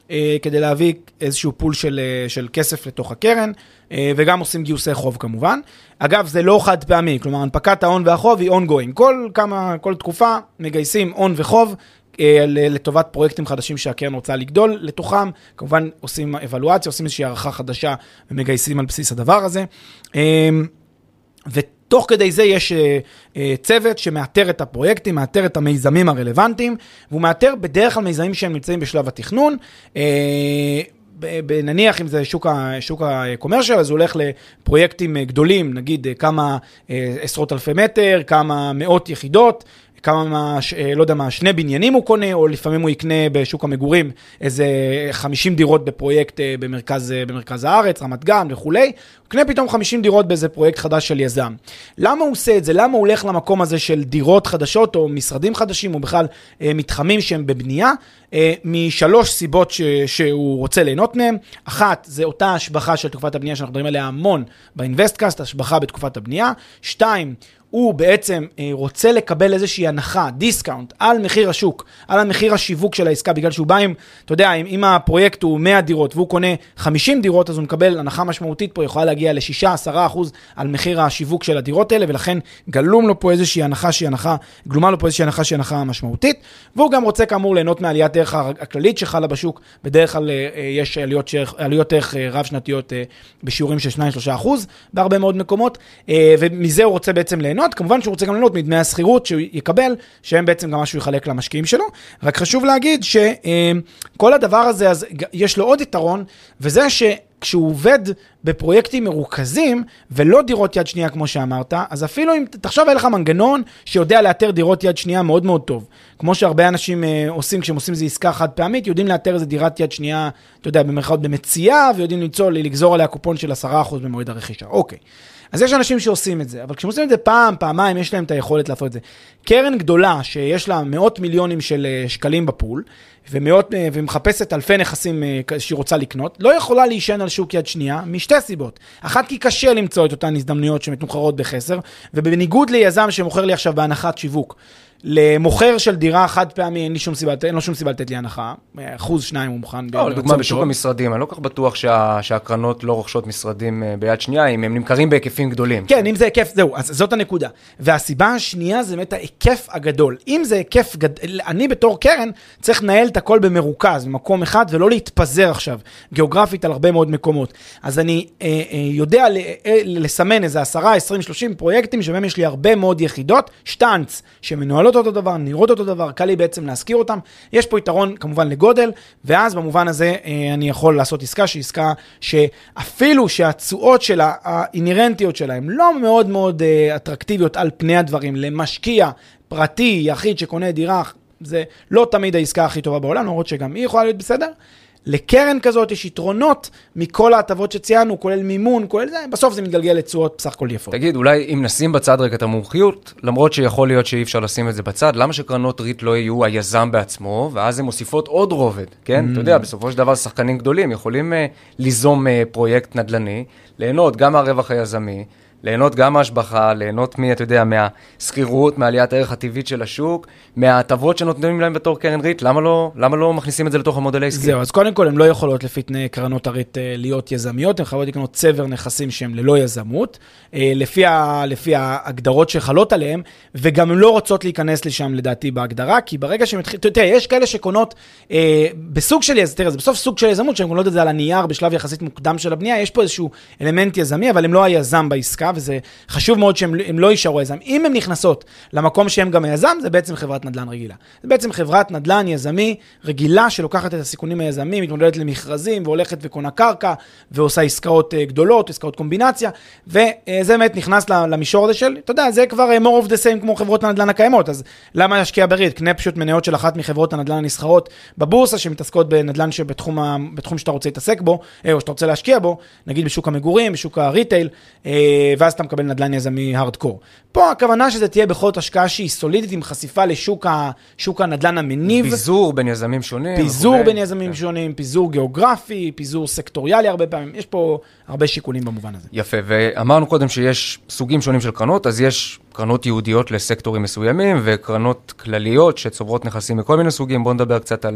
כדי להביא איזשהו פול של, של כסף לתוך הקרן, וגם עושים גיוסי חוב כמובן. אגב, זה לא חד פעמי, כלומר, הנפקת ההון והחוב היא ongoing. כל כמה, כל תקופה מגייסים הון וחוב, לטובת פרויקטים חדשים שהקרן רוצה לגדול לתוכם, כמובן עושים אבלואציה, עושים איזושהי הערכה חדשה ומגייסים על בסיס הדבר הזה. ותוך כדי זה יש צוות שמאתר את הפרויקטים, מאתר את המיזמים הרלוונטיים, והוא מאתר בדרך כלל מיזמים שהם נמצאים בשלב התכנון, נניח אם זה שוק, שוק הקומרשל, אז הוא הולך לפרויקטים גדולים, נגיד כמה עשרות אלפי מטר, כמה מאות יחידות, כמה מה, לא יודע מה, שני בניינים הוא קונה, או לפעמים הוא יקנה בשוק המגורים איזה חמישים דירות בפרויקט במרכז, במרכז הארץ, רמת גן וכולי. הוא קנה פתאום חמישים דירות באיזה פרויקט חדש של יזם. למה הוא עושה את זה? למה הוא הולך למקום הזה של דירות חדשות, או משרדים חדשים, או בכלל מתחמים שהם בבנייה? משלוש סיבות ש, שהוא רוצה ליהנות מהם. אחת, זה אותה השבחה של תקופת הבנייה, שאנחנו מדברים עליה המון באינבסטקאסט, השבחה בתקופת הבנייה. שתיים, הוא בעצם רוצה לקבל איזושהי הנחה, דיסקאונט, על מחיר השוק, על המחיר השיווק של העסקה, בגלל שהוא בא עם, אתה יודע, אם, אם הפרויקט הוא מאה דירות, והוא קונה חמישים דירות, אז הוא מקבל הנחה משמעותית פה, יכולה להגיע ל-שישה עד עשרה אחוז על מחיר השיווק של הדירות האלה, ולכן גלום לו פה איזושהי הנחה שהיא הנחה, גלומה לו פה איזושהי הנחה שהיא הנחה משמעותית, והוא גם רוצה כאמור ליהנות מעליית ערך הכללית שחלה בשוק, בדרך כלל יש עליות, עליות ערך רב שנתיות בשיעורים של שניים עד שלושה אחוז, בהרבה מאוד מקומות, ומזה הוא רוצה בעצם ליהנות. כמובן שהוא רוצה גם ליהנות מדמי הסחירות שהוא יקבל, שהם בעצם גם משהו יחלק למשקיעים שלו. רק חשוב להגיד שכל הדבר הזה, אז יש לו עוד יתרון, וזה שכשהוא עובד בפרויקטים מרוכזים, ולא דירות יד שנייה כמו שאמרת, אז אפילו אם תחשוב היה לך מנגנון שיודע לאתר דירות יד שנייה מאוד מאוד טוב. כמו שהרבה אנשים עושים, כשהם עושים איזו עסקה חד פעמית, יודעים לאתר איזו דירת יד שנייה, אתה יודע, במרכאות במציאה, ויודעים למצוא, לגזור עליה קופון של עשרה אחוז במועד הרכישה. אוקיי. אז יש אנשים שעושים את זה, אבל כשהם עושים את זה פעם, פעמיים, יש להם את היכולת לעשות את זה. קרן גדולה שיש לה מאות מיליונים של שקלים בפול, ומאות, ומחפשת אלפי נכסים שהיא רוצה לקנות, לא יכולה להישען על שוק יד שנייה, משתי סיבות. אחת, כי קשה למצוא את אותן הזדמנויות שמתמחרות בחסר, ובניגוד ליזם שמוכר לי עכשיו בהנחת שיווק, למוכר של דירה חד פעמי, אין לי שום סיבה, אין לו שום סיבה לתת לי הנחה, אחוז שניים הוא מוכן. לא, לדוגמה בשוק המשרדים, אני לא כך בטוח שה, שהקרנות לא רוכשות משרדים ביד שנייה, אם הם נמכרים בהיקפים גדולים. כן, אם זה היקף, זהו, אז זאת הנקודה. והסיבה השנייה זה באמת ההיקף הגדול. אם זה היקף גדול, אני בתור קרן צריך לנהל את הכל במרוכז, במקום אחד, ולא להתפזר עכשיו, גיאוגרפית על הרבה מאוד מקומות. אז אני אה, אה, יודע ל, אה, לסמן איזה עשרה, עשרים, שלושים פרויקטים, שבהם יש לי הרבה מאוד יחידות, שטנץ, שמנוהלות אותו דבר, נראות אותו דבר, קל לי בעצם להזכיר אותם. יש פה יתרון כמובן לגודל, ואז במובן הזה אני יכול לעשות עסקה, שהיא עסקה שאפילו שהתשואות שלה, האינרנטיות שלה, הן לא מאוד מאוד אטרקטיביות על פני הדברים, למשקיע פרטי, יחיד שקונה דירה, זה לא תמיד העסקה הכי טובה בעולם, למרות שגם היא יכולה להיות בסדר. לקרן כזאת יש יתרונות מכל ההטבות שציינו, כולל מימון, כולל זה, בסוף זה מתגלגל לתשואות בסך הכל יפות. תגיד, אולי אם נשים בצד רגע את המומחיות, למרות שיכול להיות שאי אפשר לשים את זה בצד, למה שקרנות ריט לא יהיו היזם בעצמו, ואז הן מוסיפות עוד רובד, כן? אתה יודע, בסופו של דבר שחקנים גדולים יכולים ליזום פרויקט נדל"ני, ליהנות גם מהרווח היזמי, ליהנות גם מהשבחה, ליהנות מי, אתה יודע, מהסחירות, מעליית הערך הטבעית של השוק, מההטבות שנותנים להם בתור קרן ריט, למה לא, למה לא מכניסים את זה לתוך המודל העסקי? זהו, אז קודם כל, הם לא יכולות לפי תנאי קרנות הריט להיות יזמיות, הן חייבות לקנות צבר נכסים שהם ללא יזמות, לפי, ה, לפי ההגדרות שחלות עליהם, וגם הן לא רוצות להיכנס לשם לדעתי בהגדרה, כי ברגע שהם התחיל, תראה, יש כאלה שקונות אה, בסוג של יזמות, תראה, זה בסוף סוג של יזמות, שהן קונות את זה על הנייר בשלב יחסית מוקדם של הבנייה, יש פה איזשהו אלמנט יזמי, אבל הם לא היזם בעסקה, וזה חשוב מאוד שהם לא יישארו יזם. אם הם נכנסות למקום שהם גם היזם, זה בעצם חברת נדל"ן רגילה. זה בעצם חברת נדל"ן יזמי רגילה, שלוקחת את הסיכונים היזמים, מתמודדת למכרזים, והולכת וקונה קרקע, ועושה עסקאות גדולות, עסקאות קומבינציה, וזה באמת נכנס למישור הזה של, אתה יודע, זה כבר more of the same כמו חברות הנדל"ן הקיימות, אז למה להשקיע בריט? קנה פשוט מניות של אחת מחברות הנדל"ן הנסחרות בבורסה, שמתעסקות בנדל"ן שבתחום ה... בתחום שאתה רוצה להתעסק בו, או שאתה רוצה להשקיע בו, נגיד בשוק המגורים, בשוק הריטייל, ואז אתה מקבל נדל"ן יזמי הארדקור. פה הכוונה שזה תהיה בכל השקעה שהיא סולידית עם חשיפה לשוק ה... שוק הנדל"ן המניב. פיזור בין יזמים שונים. פיזור בין יזמים שונים, פיזור גיאוגרפי, פיזור סקטוריאלי הרבה פעמים. יש פה הרבה שיקולים במובן הזה. יפה, ואמרנו קודם שיש סוגים שונים של קרנות, אז יש קרנות יהודיות לסקטורים מסוימים, וקרנות כלליות שצוברות נכסים מכל מיני סוגים. בואו נדבר קצת על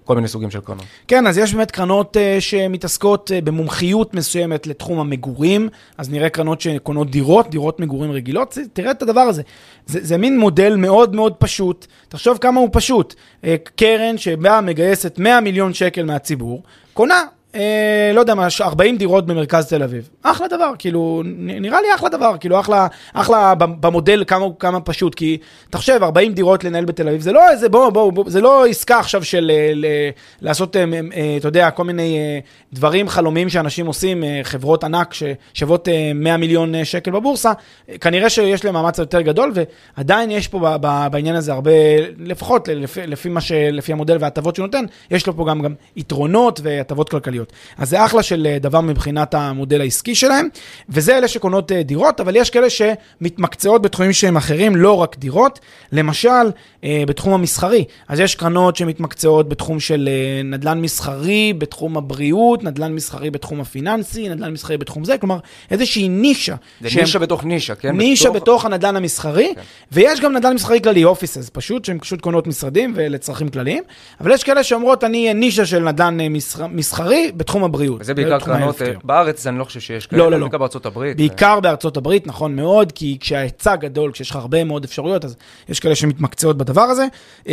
כל מיני סוגים של קרנות. כן, אז יש באמת קרנות uh, שמתעסקות uh, במומחיות מסוימת לתחום המגורים, אז נראה קרנות שקונות דירות, דירות מגורים רגילות, זה, תראה את הדבר הזה. זה, זה מין מודל מאוד מאוד פשוט, תחשוב כמה הוא פשוט. Uh, קרן שבה מגייסת מאה מיליון שקל מהציבור, קונה, אה, לא יודע מה, ארבעים דירות במרכז תל אביב. אחלה דבר, כאילו, נראה לי אחלה דבר, כאילו, אחלה, אחלה במודל כמה, כמה פשוט, כי תחשב, ארבעים דירות לנהל בתל אביב, זה לא איזה, בוא, בוא, בוא, זה לא עסקה עכשיו של ל, לעשות, אה, אה, אתה יודע, כל מיני אה, דברים חלומיים שאנשים עושים, אה, חברות ענק ששוות אה, מאה מיליון שקל בבורסה, אה, כנראה שיש להם מאמץ יותר גדול, ועדיין יש פה ב, ב, בעניין הזה הרבה, לפחות לפי, לפי מה ש, לפי המודל וההטבות שהוא נותן, יש לו פה גם, גם יתרונות והטבות כלכליות. אז זה אחלה של דבר מבחינת המודל העסקי שלהם, וזה אלה שקונות דירות, אבל יש כאלה שמתמקצעות בתחומים שהם אחרים, לא רק דירות, למשל בתחום המסחרי. אז יש קרנות שמתמקצעות בתחום של נדל"ן מסחרי, בתחום הבריאות, נדל"ן מסחרי בתחום הפיננסי, נדל"ן מסחרי בתחום זה, כלומר איזושהי נישה. זה שהם... נישה בתוך נישה, כן? נישה בתוך, בתוך הנדל"ן המסחרי, כן. ויש גם נדל"ן מסחרי כללי, אופיסס, פשוט, שהם פשוט קונות משרדים ולצרכים כלליים, אבל יש כאלה שאומרות, אני נישה של נדל"ן מסחרי בתחום הבריאות. וזה בעיקר קרנות, בארץ אני לא חושב שיש כאלה, לא, לא, לא. בעיקר בארצות הברית. בעיקר בארצות הברית, נכון מאוד, כי כשההיצע גדול, כשיש לך הרבה מאוד אפשרויות, אז יש כאלה שמתמקצעות בדבר הזה,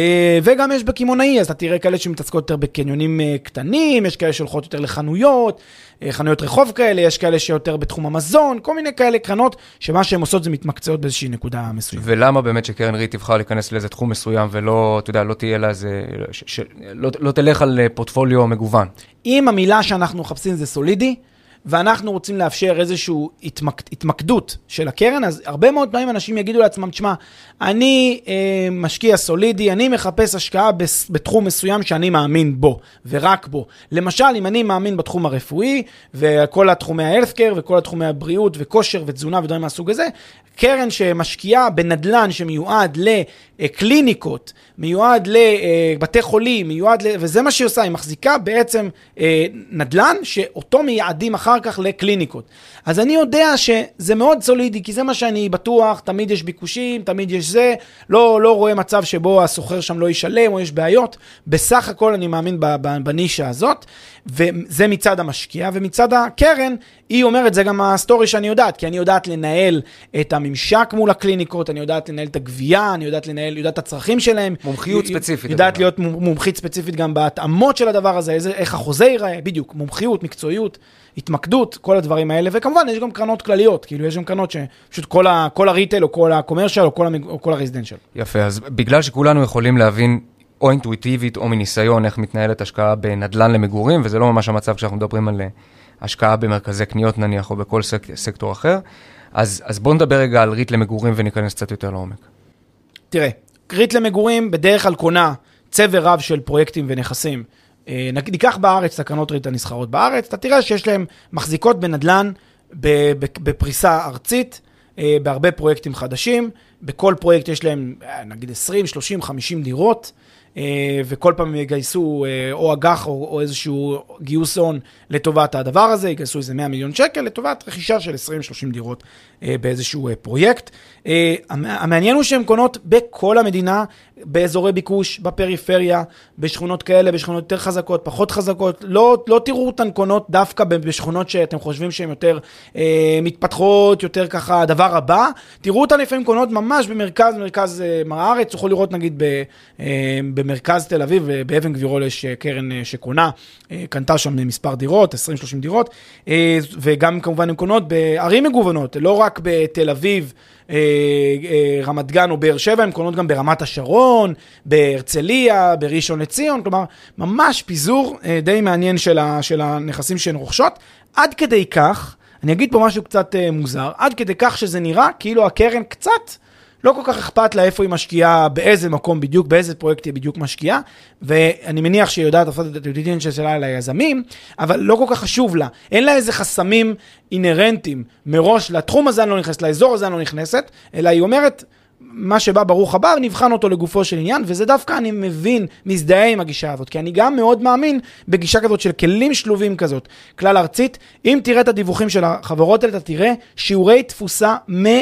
וגם יש בכימונאי, אז אתה תראה כאלה שמתעסקות יותר בקניונים קטנים, יש כאלה שהולכות יותר לחנויות, חנויות רחוב כאלה, יש כאלה שיותר בתחום המזון, כל מיני כאלה קרנות, שמה שהן עושות זה מתמקצעות באיזושהי נקודה מסוימת. ולמה באמת שקרן ריט תבחר להיכנס לאיזה תחום מסוים, ולא, אתה יודע, לא תהיה לה איזה, ש, ש, לא, לא תלך על פורטפוליו מגוון? אם המילה שאנחנו מחפשים זה סולידי, ואנחנו רוצים לאפשר איזושהי התמק... התמקדות של הקרן, אז הרבה מאוד פעמים אנשים יגידו לעצמם, תשמע, אני אה, משקיע סולידי, אני מחפש השקעה בתחום מסוים שאני מאמין בו, ורק בו. למשל, אם אני מאמין בתחום הרפואי, וכל התחומי ה-healthcare, וכל התחומי הבריאות, וכושר, ותזונה, ודברים מהסוג הזה, קרן שמשקיעה בנדלן שמיועד לקליניקות, מיועד לבתי חולים, מיועד ל... וזה מה שהיא עושה, היא מחזיקה בעצם אה, נדלן, שאותו מייעדים אחר כך לקליניקות. אז אני יודע שזה מאוד סולידי, כי זה מה שאני בטוח, תמיד יש ביקושים, תמיד יש זה, לא, לא רואה מצב שבו הסוחר שם לא ישלם, או יש בעיות. בסך הכל אני מאמין בנישה הזאת, וזה מצד המשקיע, ומצד הקרן, היא אומרת, זה גם הסטורי שאני יודעת, כי אני יודעת לנהל את הממשק מול הקליניקות, אני יודעת לנהל את הגבייה, אני יודעת לנהל, יודעת את הצרכים שלהם. מומחיות ספציפית. יודעת להיות מומחית ספציפית גם בהתאמות של הדבר הזה, איך החוזה ייראה, בדיוק, מומחיות, מקצועיות, התמקדות, כל הדברים האלה, וכמובן יש גם קרנות כלליות, כאילו יש גם קרנות שפשוט כל, ה, כל הריטל או כל הקומרשל או כל, המג... או כל הרזידנשל. יפה, אז בגלל שכולנו יכולים להבין או אינטואיטיבית או מניסיון איך מתנהלת השקעה בנדלן למגורים, וזה לא ממש המצב כשאנחנו מדברים על השקעה במרכזי קניות נניח או בכל סק... סקטור אחר, אז, אז בואו נדבר רגע על ריט למגורים וניכנס קצת יותר לעומק. תראה, ריט למגורים בדרך כלל קונה צבר רב של פרויקטים ונכסים, ניקח בארץ את הקרנות ריט הנסחרות בארץ, אתה תראה שיש להם מחזיקות בנדלן בפריסה ארצית, בהרבה פרויקטים חדשים, בכל פרויקט יש להם נגיד עשרים, שלושים, חמישים דירות, וכל פעם יגייסו או אג"ח או, או איזשהו גיוס הון לטובת הדבר הזה, יגייסו איזה מאה מיליון שקל לטובת רכישה של עשרים שלושים דירות באיזשהו פרויקט. המעניין הוא שהן קונות בכל המדינה, באזורי ביקוש, בפריפריה, בשכונות כאלה, בשכונות יותר חזקות, פחות חזקות. לא, לא תראו אותן קונות דווקא בשכונות שאתם חושבים שהן יותר אה, מתפתחות, יותר ככה הדבר הבא. תראו אותן לפעמים קונות ממש במרכז, במרכז אה, הארץ. תוכלו לראות נגיד ב, אה, במרכז תל אביב, באבן גבירול יש קרן אה, שקונה, אה, קנתה שם מספר דירות, עשרים שלושים דירות, אה, וגם כמובן הן קונות בערים מגוונות, לא רק בתל אביב, רמת גן או באר שבע, הם קונות גם ברמת השרון, בהרצליה, בראשון לציון, כלומר, ממש פיזור די מעניין של, ה, של הנכסים שהן רוכשות, עד כדי כך, אני אגיד פה משהו קצת מוזר, עד כדי כך שזה נראה כאילו הקרן קצת לא כל כך אכפת לה איפה היא משקיעה, באיזה מקום בדיוק, באיזה פרויקט היא בדיוק משקיעה, ואני מניח שהיא יודעת לעשות את הדיודיליג'נס שלה ליזמים, אבל לא כל כך חשוב לה. אין לה איזה חסמים אינהרנטיים מראש, לתחום הזה אני לא נכנסת, לאזור הזה אני לא נכנסת, אלא היא אומרת, מה שבא ברוך הבא, נבחן אותו לגופו של עניין, וזה דווקא אני מבין, מזדהה עם הגישה הזאת, כי אני גם מאוד מאמין בגישה כזאת של כלים שלובים כזאת, כלל ארצית. אם תראה את הדיווחים של החברות האלה, אתה תראה שיעורי תפוסה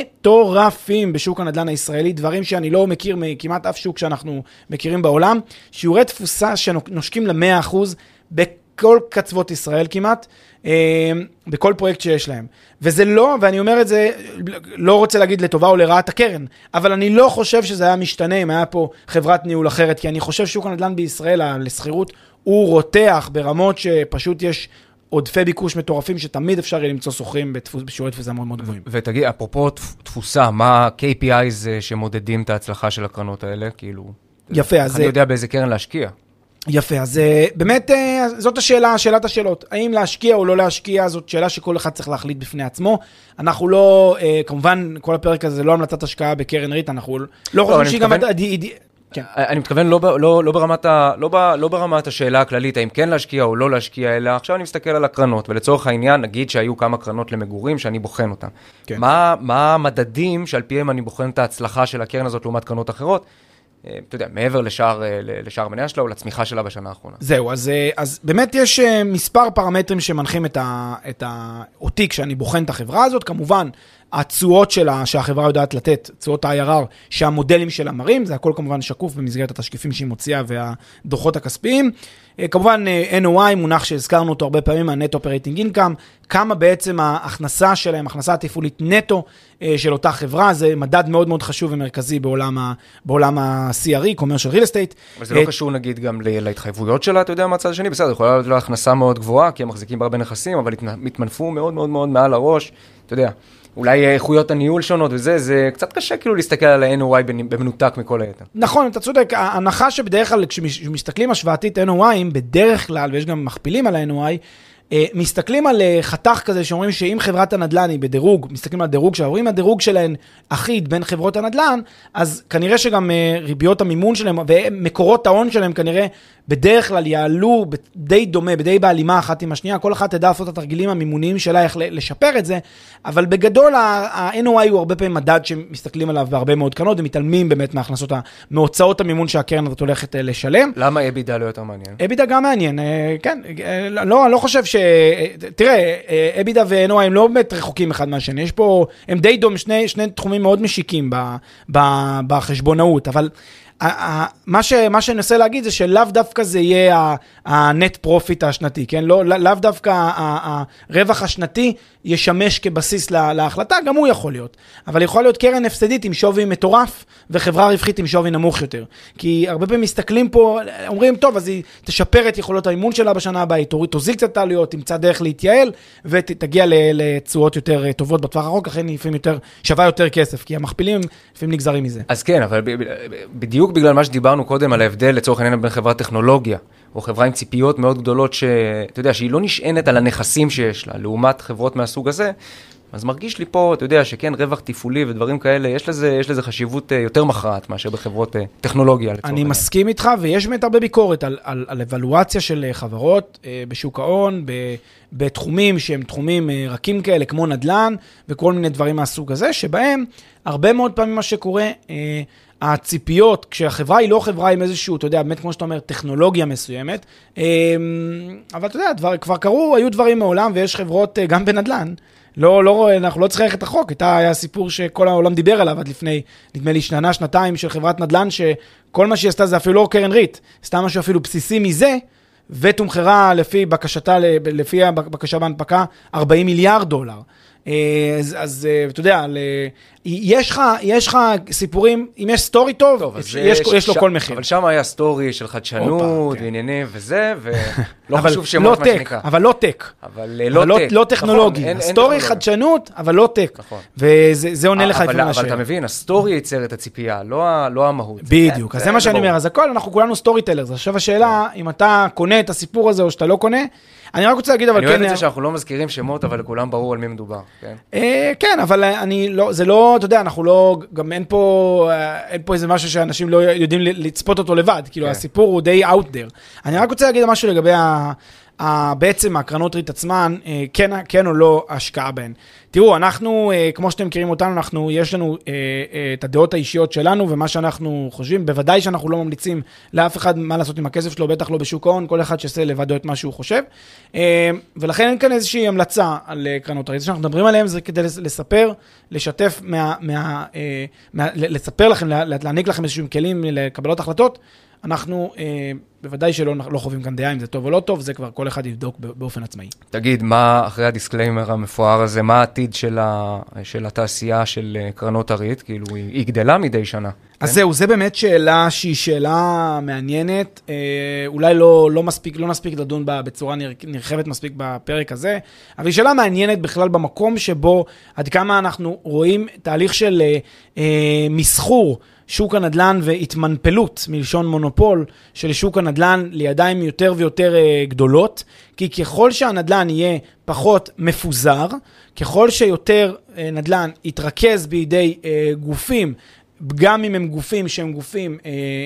מטורפים בשוק הנדל"ן הישראלי, דברים שאני לא מכיר מכמעט אף שוק שאנחנו מכירים בעולם, שיעורי תפוסה שנושקים ל-מאה אחוז בכל קצוות ישראל כמעט, בכל פרויקט שיש להם. וזה לא, ואני אומר את זה, לא רוצה להגיד לטובה או לרעת הקרן, אבל אני לא חושב שזה היה משתנה אם היה פה חברת ניהול אחרת, כי אני חושב שוק הנדל"ן בישראל, לסחירות, הוא רותח ברמות שפשוט יש עודפי ביקוש מטורפים, שתמיד אפשר יהיה למצוא סוחרים בשיעורי תפוסה מאוד מאוד גבוהים. ותגיד, אפרופו תפוסה, מה ה-קיי פי איז שמודדים את ההצלחה של הקרנות האלה? כאילו, יפה, אז... אני יודע באיזה קרן להשקיע. יפה, אז באמת זאת השאלה, שאלת השאלות. האם להשקיע או לא להשקיע, זאת שאלה שכל אחד צריך להחליט בפני עצמו. אנחנו לא, כמובן, כל הפרק הזה זה לא המלצת השקעה בקרן ריט, אנחנו לא חושבים שהיא גם... אני מתכוון לא ברמת השאלה הכללית, האם כן להשקיע או לא להשקיע, אלא עכשיו אני מסתכל על הקרנות, ולצורך העניין נגיד שהיו כמה קרנות למגורים שאני בוחן אותן. מה המדדים שעל פיהם אני בוחן את ההצלחה של הקרן הזאת לעומת קרנות אחרות? אתה יודע, מעבר לשאר, לשאר מניה שלה או לצמיחה שלה בשנה האחרונה. זהו, אז, אז באמת יש מספר פרמטרים שמנחים את ה, את ה, אותי כשאני בוחן את החברה הזאת, כמובן, התשואות שלה, שהחברה יודעת לתת, תשואות ה-איי אר אר, שהמודלים שלה מראים, זה הכל כמובן שקוף במסגרת התשקיפים שהיא מוציאה והדוחות הכספיים. כמובן, אן או איי, מונח שהזכרנו אותו הרבה פעמים, ה-Net Operating Income, כמה בעצם ההכנסה שלהם, ההכנסה התפעולית נטו של אותה חברה, זה מדד מאוד מאוד חשוב ומרכזי בעולם ה- בעולם ה-סי אר אי, Commercial Real Estate. אבל זה לא קשור נגיד גם להתחייבויות שלה, אתה יודע, מהצד השני, בסדר, יכולה להיות לה הכנסה מאוד גבוהה, כי הם מחזיקים בהרבה נכסים, אבל מתמנפו מאוד מאוד מאוד מעל הראש, אתה יודע. אולי איכויות הניהול שונות וזה, זה קצת קשה כאילו להסתכל על ה-אן או איי במנותק מכל היתר. נכון, אתה צודק, ההנחה שבדרך כלל כשמסתכלים השוואתית אן או איי, בדרך כלל, ויש גם מכפילים על ה-אן או איי, מסתכלים על חתך כזה שאומרים שאם חברת הנדל"ן היא בדירוג, מסתכלים על דירוג שאומרים הדירוג שלהן אחיד בין חברות הנדל"ן, אז כנראה שגם ריביות המימון שלהם ומקורות ההון שלהם כנראה בדרך כלל יעלו די דומה, בדי בהלימה אחת עם השנייה, כל אחת תדע לעשות את התרגילים המימוניים שלה, איך לשפר את זה, אבל בגדול ה-אן או איי הוא הרבה פעמים מדד שמסתכלים עליו בהרבה מאוד קרנות, ומתעלמים באמת מהכנסות, מהוצאות המימון שהקרן הזאת הולכת לשלם. למה אבידה לא יותר מעניין? אבידה גם מעניין, כן, לא, אני לא חושב ש... תראה, אבידה ו-אן או איי הם לא באמת רחוקים אחד מהשני, יש פה, הם די דומים, שני, שני תחומים מאוד משיקים בחשבונאות, אבל מה ש, מה שאני אנסה להגיד זה שלאו דווקא זה יהיה הנט פרופיט השנתי, כן? לא, לאו דווקא הרווח השנתי ישמש כבסיס להחלטה, גם הוא יכול להיות. אבל יכול להיות קרן הפסדית עם שווי מטורף, וחברה רווחית עם שווי נמוך יותר. כי הרבה פעמים מסתכלים פה, אומרים, טוב, אז היא תשפר את יכולות האימון שלה בשנה הבאה, היא תוזיל קצת העלויות, תמצא דרך להתייעל, ותגיע לתשואות יותר טובות בטווח הרחוק, לכן לפעמים יותר, שווה יותר כסף, כי המכפילים לפעמים נגזרים מזה. אז כן, אבל בדיוק בגלל מה שדיברנו קודם על ההבדל לצורך העניין בין חברת טכנולוגיה, או חברה עם ציפיות מאוד גדולות שאתה יודע, שהיא לא נשענת על הנכסים שיש לה, לעומת חברות מהסוג הזה, אז מרגיש לי פה, אתה יודע, שכן רווח תפעולי ודברים כאלה, יש לזה, יש לזה חשיבות יותר מכרעת מאשר בחברות טכנולוגיה. אני מסכים איתך, ויש באמת הרבה ביקורת על, על, על אבלואציה של חברות בשוק ההון, בתחומים שהם תחומים רכים כאלה, כמו נדל"ן, וכל מיני דברים מהסוג הזה, שבהם הרבה מאוד פעמים מה שקורה, הציפיות, כשהחברה היא לא חברה עם איזשהו, אתה יודע, באמת כמו שאתה אומר, טכנולוגיה מסוימת, אבל אתה יודע, דבר, כבר קרו, היו דברים מעולם, ויש חברות גם בנדל"ן, לא, לא, אנחנו לא צריכים ללכת רחוק, הייתה, היה סיפור שכל העולם דיבר עליו, עד לפני, נדמה לי, שנה, שנתיים של חברת נדל"ן, שכל מה שהיא עשתה זה אפילו לא קרן ריט, סתם משהו אפילו בסיסי מזה, ותומחרה לפי בקשתה, לפי הבקשה בהנפקה, ארבעים מיליארד דולר. אז, אז אתה יודע, יש לך, יש לך סיפורים, אם יש סטורי טוב, טוב יש, יש, יש לו כל מחיר. אבל שם היה סטורי של חדשנות, ועניינים וזה, ולא חשוב שמות לא מה טק, שנקרא. אבל לא טק. אבל לא, אבל טק. לא טכנולוגי. נכון, הסטורי אין חדשנות, אבל לא טק. נכון. וזה עונה לך אבל, אבל אתה מבין, הסטורי ייצר את הציפייה, לא, לא המהות. בדיוק, אז זה מה שאני אומר. אז הכל, אנחנו כולנו סטורי טלרס. עכשיו השאלה, אם אתה קונה את הסיפור הזה או שאתה לא קונה, אני רק רוצה להגיד, אבל כן... אני אוהב את זה שאנחנו לא מזכירים שמות, אבל לכולם ברור על מי מדובר, כן? כן, אבל אני לא, זה לא, אתה יודע, אנחנו לא, גם אין פה, אין פה איזה משהו שאנשים לא יודעים לצפות אותו לבד, כאילו הסיפור הוא די out there. אני רק רוצה להגיד משהו לגבי בעצם הקרנות ריט עצמן, כן, כן או לא השקעה בהן. תראו, אנחנו, כמו שאתם מכירים אותנו, אנחנו, יש לנו את הדעות האישיות שלנו, ומה שאנחנו חושבים, בוודאי שאנחנו לא ממליצים לאף אחד מה לעשות עם הכסף שלו, בטח לא בשוק ההון, כל אחד שעשה לבדו את מה שהוא חושב. ולכן אין כאן איזושהי המלצה על קרנות ריט. שאנחנו מדברים עליהם זה כדי לספר, לשתף, מה, מה, מה, לספר לכם, להעניק לכם איזשהם כלים לקבלות החלטות. אנחנו אה, בוודאי שלא לא חווים כאן דעה אם זה טוב או לא טוב, זה כבר כל אחד יבדוק באופן עצמאי. תגיד, מה אחרי הדיסקליימר המפואר הזה, מה העתיד של, ה, של התעשייה של קרנות הריט? כאילו, היא, היא גדלה מדי שנה. אז כן? זהו, זה באמת שאלה שהיא שאלה מעניינת, אה, אולי לא, לא, מספיק, לא נספיק לדון בה בצורה נרחבת מספיק בפרק הזה, אבל היא שאלה מעניינת בכלל במקום שבו עד כמה אנחנו רואים תהליך של אה, אה, מסחור, שוק הנדלן והתמנפלות מלשון מונופול של שוק הנדלן לידיים יותר ויותר גדולות, כי ככל שהנדלן יהיה פחות מפוזר, ככל שיותר נדלן יתרכז בידי גופים, גם אם הם גופים שהם גופים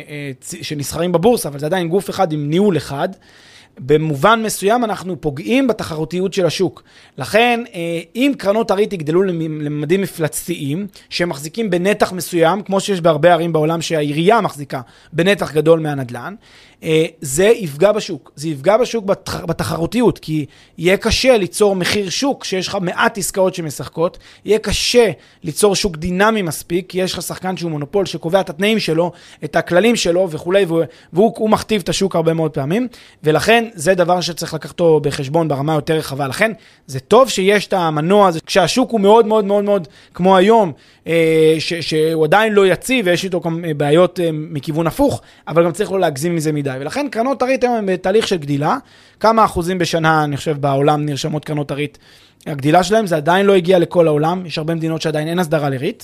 שנסחרים בבורסה, אבל זה עדיין גוף אחד עם ניהול אחד, במובן מסוים אנחנו פוגעים בתחרותיות של השוק. לכן, אם קרנות הריט יגדלו לממדים מפלצתיים, שהם מחזיקים בנתח מסוים, כמו שיש בהרבה ערים בעולם שהעירייה מחזיקה בנתח גדול מהנדלן, זה יפגע בשוק. זה יפגע בשוק בתחרותיות, כי יהיה קשה ליצור מחיר שוק, שיש לך מעט עסקאות שמשחקות, יהיה קשה ליצור שוק דינמי מספיק, כי יש לך שחקן שהוא מונופול, שקובע את התנאים שלו, את הכללים שלו וכו', והוא, והוא מכתיב את השוק הרבה מאוד פעמים, ולכן זה דבר שצריך לקחתו בחשבון ברמה יותר רחבה. לכן זה טוב שיש את המנוע הזה, כשהשוק הוא מאוד מאוד מאוד מאוד כמו היום, ש, שהוא עדיין לא יציב, ויש איתו גם בעיות מכיוון הפוך, אבל גם צריך לא להגזים מזה מדי. ולכן קרנות הריט היום הם בתהליך של גדילה, כמה אחוזים בשנה, אני חושב, בעולם נרשמות קרנות הריט. הגדילה שלהם זה עדיין לא הגיע לכל העולם, יש הרבה מדינות שעדיין אין הסדרה לריט,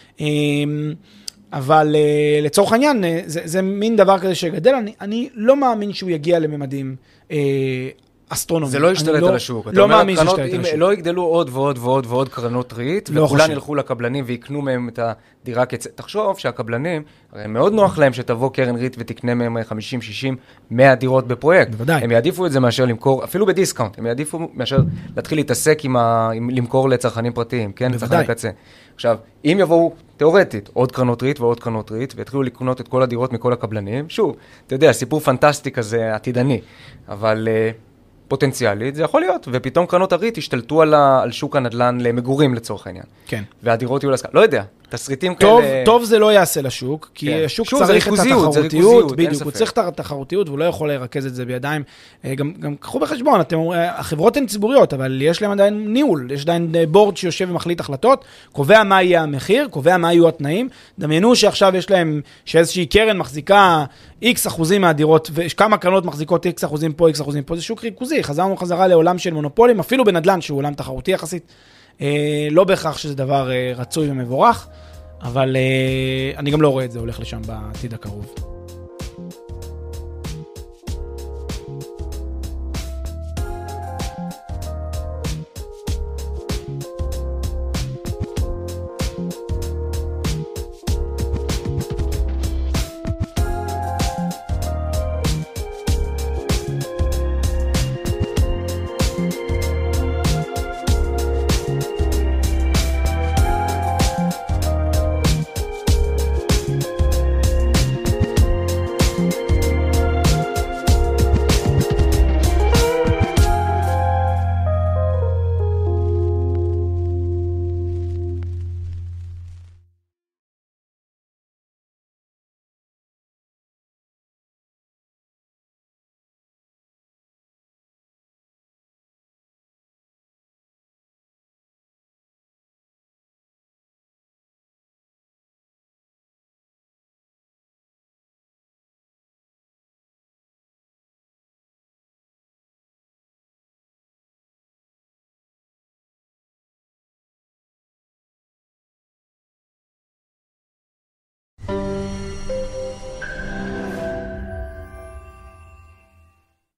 אבל לצורך העניין, זה, זה מין דבר כזה שגדל, אני, אני לא מאמין שהוא יגיע לממדים אסטרונומיים. זה לא ישתלט על השוק. לא מאמין שישתלט על השוק. לא יגדלו עוד ועוד ועוד ועוד קרנות ריט, וכולן ילכו לקבלנים ויקנו מהם את הדירה כצ... תחשוב שהקבלנים, הרי מאוד נוח להם שתבוא קרן ריט ותקנה מהם חמישים, שישים, מאה דירות בפרויקט. בוודאי. הם יעדיפו את זה מאשר למכור, אפילו בדיסקאונט, הם יעדיפו מאשר להתחיל להתעסק עם ה... עם למכור לצרכנים פרטיים, כן? בוודאי. קצה. עכשיו, אם יבואו תיאורטית עוד קרנות ריט ועוד קרנות ריט, ויתחילו לקנות את כל הדירות מכל הקבלנים, שוב, אתה יודע, סיפור פנטסטי כזה עתידני, אבל פוטנציאלית, זה יכול להיות, ופתאום קרנות הריט השתלטו על, ה, על שוק הנדלן למגורים לצורך העניין. כן. והדירות יהיו להשכרה. לא יודע, תסריטים טוב, כאלה... טוב זה לא יעשה לשוק, כי כן. השוק שוב, צריך את התחרותיות, בדיוק, הוא צריך את התחרותיות, והוא לא יכול לרכז את זה בידיים. גם, גם קחו בחשבון, אתם, החברות הן ציבוריות, אבל יש להם עדיין ניהול, יש עדיין בורד שיושב ומחליט החלטות, קובע מה יהיה המחיר, קובע מה יהיו התנאים, דמיינו שעכשיו יש להם, שאיזושהי קרן מחזיקה X אחוזים מהדירות, וכמה קרנות מחזיקות X אחוזים פה, X אחוזים פה, זה שוק ריכוזי, חזרנו חזרה לעולם של מונופולים, אפילו בנדלן שהוא עולם תחרותי יחסית, אה, לא בהכרח שזה דבר אה, רצוי ומבורך, אבל אה, אני גם לא רואה את זה הולך לשם בעתיד הקרוב.